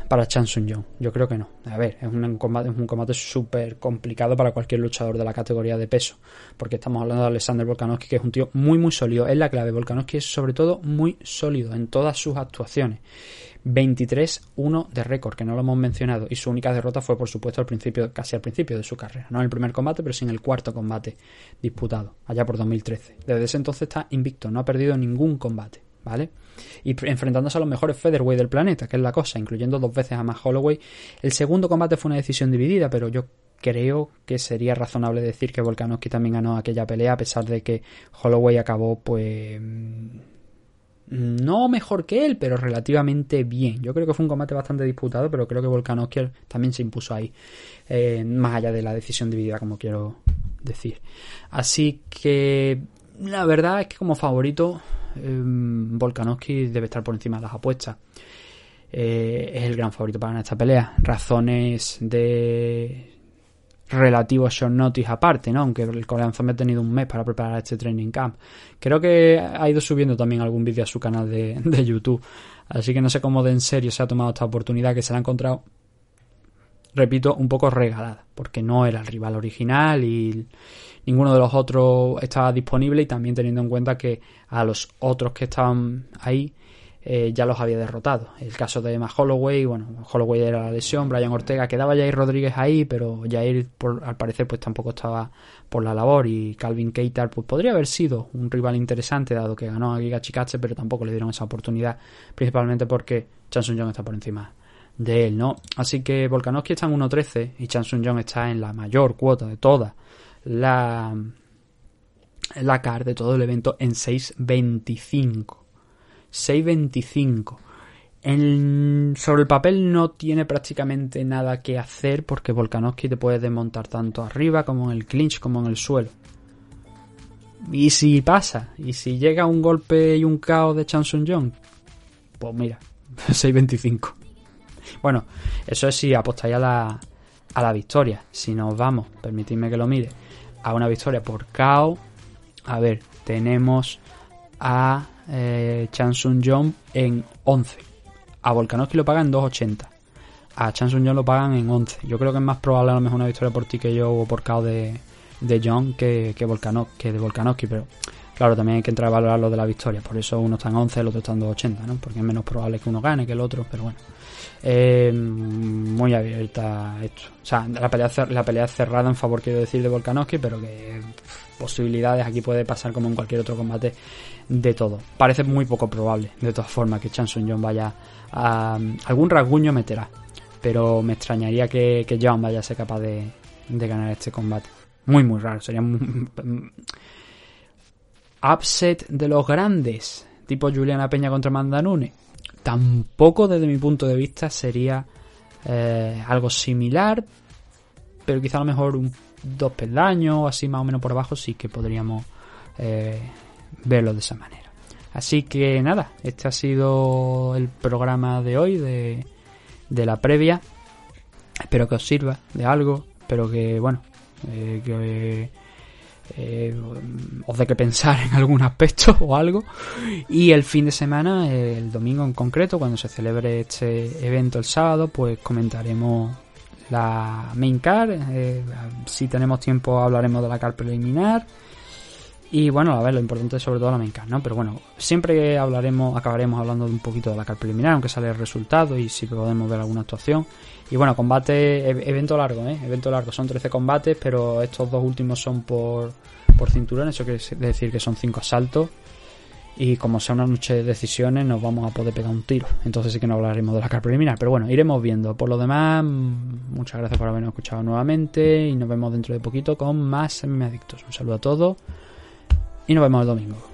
para Chan Sung-jong. Yo creo que no. A ver, es un combate, es un combate súper complicado para cualquier luchador de la categoría de peso, porque estamos hablando de Alexander Volkanovski, que es un tío muy muy sólido. Es la clave. Volkanovski es sobre todo muy sólido en todas sus actuaciones. veintitrés uno de récord, que no lo hemos mencionado, y su única derrota fue, por supuesto, al principio, casi al principio de su carrera, no en el primer combate, pero sí en el cuarto combate disputado, allá por dos mil trece. Desde ese entonces está invicto, no ha perdido ningún combate, ¿vale? Y enfrentándose a los mejores featherweight del planeta, que es la cosa, incluyendo dos veces a Max Holloway. El segundo combate fue una decisión dividida, pero yo creo que sería razonable decir que Volkanovski también ganó aquella pelea, a pesar de que Holloway acabó, pues, no mejor que él, pero relativamente bien. Yo creo que fue un combate bastante disputado, pero creo que Volkanovski también se impuso ahí, eh, más allá de la decisión dividida, como quiero decir. Así que la verdad es que como favorito, eh, Volkanovski debe estar por encima de las apuestas. Eh, es el gran favorito para ganar esta pelea. Razones de relativo short notice aparte, ¿no? Aunque el Korean Zombie ha tenido un mes para preparar este training camp. Creo que ha ido subiendo también algún vídeo a su canal de, de YouTube. Así que no sé cómo de en serio se ha tomado esta oportunidad, que se la ha encontrado, repito, un poco regalada, porque no era el rival original y ninguno de los otros estaba disponible, y también teniendo en cuenta que a los otros que estaban ahí eh, ya los había derrotado. El caso de Max Holloway, bueno, Holloway era la lesión, Brian Ortega, quedaba Jair Rodríguez ahí, pero Jair por, al parecer pues tampoco estaba por la labor, y Calvin Keitar pues podría haber sido un rival interesante dado que ganó a Giga Chikadze, pero tampoco le dieron esa oportunidad, principalmente porque Chan Sung-jong está por encima de él, ¿no? Así que Volkanovski está en uno trece y Chan Sung-jong está en la mayor cuota de toda la la card de todo el evento en seis veinticinco. seis veinticinco. En, sobre el papel no tiene prácticamente nada que hacer, porque Volkanovski te puede desmontar tanto arriba como en el clinch como en el suelo. Y si pasa, y si llega un golpe y un K O de Chan Sung-jong, pues mira, seis veinticinco. Bueno, eso es si apostáis a la, a la victoria. Si nos vamos, permitidme que lo mire, a una victoria por K O, a ver, tenemos a eh, Chan Sung-jong en once. A Volkanovski lo pagan dos ochenta. A Chan Sung-jong lo pagan en once. Yo creo que es más probable a lo mejor una victoria por ti que yo o por K O de, de Jong que, que, Volkanov, que de Volkanovski, pero claro, también hay que entrar a valorar lo de la victoria. Por eso uno está en once, el otro está en dos ochenta, ¿no? Porque es menos probable que uno gane que el otro, pero bueno. Eh, muy abierta esto. O sea, la pelea, la pelea es cerrada en favor, quiero decir, de Volkanovski, pero que pff, posibilidades aquí puede pasar como en cualquier otro combate de todo. Parece muy poco probable, de todas formas, que Chan Sung-jong vaya a... algún rasguño meterá, pero me extrañaría que, que Jong vaya a ser capaz de, de ganar este combate. Muy, muy raro. Sería un upset de los grandes, tipo Juliana Peña contra Amanda Nunes. Tampoco, desde mi punto de vista, sería eh, algo similar, pero quizá a lo mejor un, dos peldaños o así más o menos por abajo sí que podríamos eh, verlo de esa manera. Así que nada, este ha sido el programa de hoy de, de la previa. Espero que os sirva de algo, espero que, bueno, eh, que eh, os dé que pensar en algún aspecto o algo. Y el fin de semana, el domingo en concreto, cuando se celebre este evento el sábado, pues comentaremos la main card. Eh, si tenemos tiempo hablaremos de la card preliminar. Y bueno, a ver, lo importante es sobre todo la main card, ¿no? Pero bueno, siempre hablaremos, acabaremos hablando de un poquito de la card preliminar, aunque sale el resultado y si podemos ver alguna actuación. Y bueno, combate, evento largo, ¿eh? Evento largo, son trece combates, pero estos dos últimos son por, por cinturón, eso quiere decir que son cinco asaltos. Y como sea una noche de decisiones, nos vamos a poder pegar un tiro. Entonces sí que no hablaremos de la card preliminar, pero bueno, iremos viendo. Por lo demás, muchas gracias por habernos escuchado nuevamente y nos vemos dentro de poquito con más M M A Adictos. Un saludo a todos y nos vemos el domingo.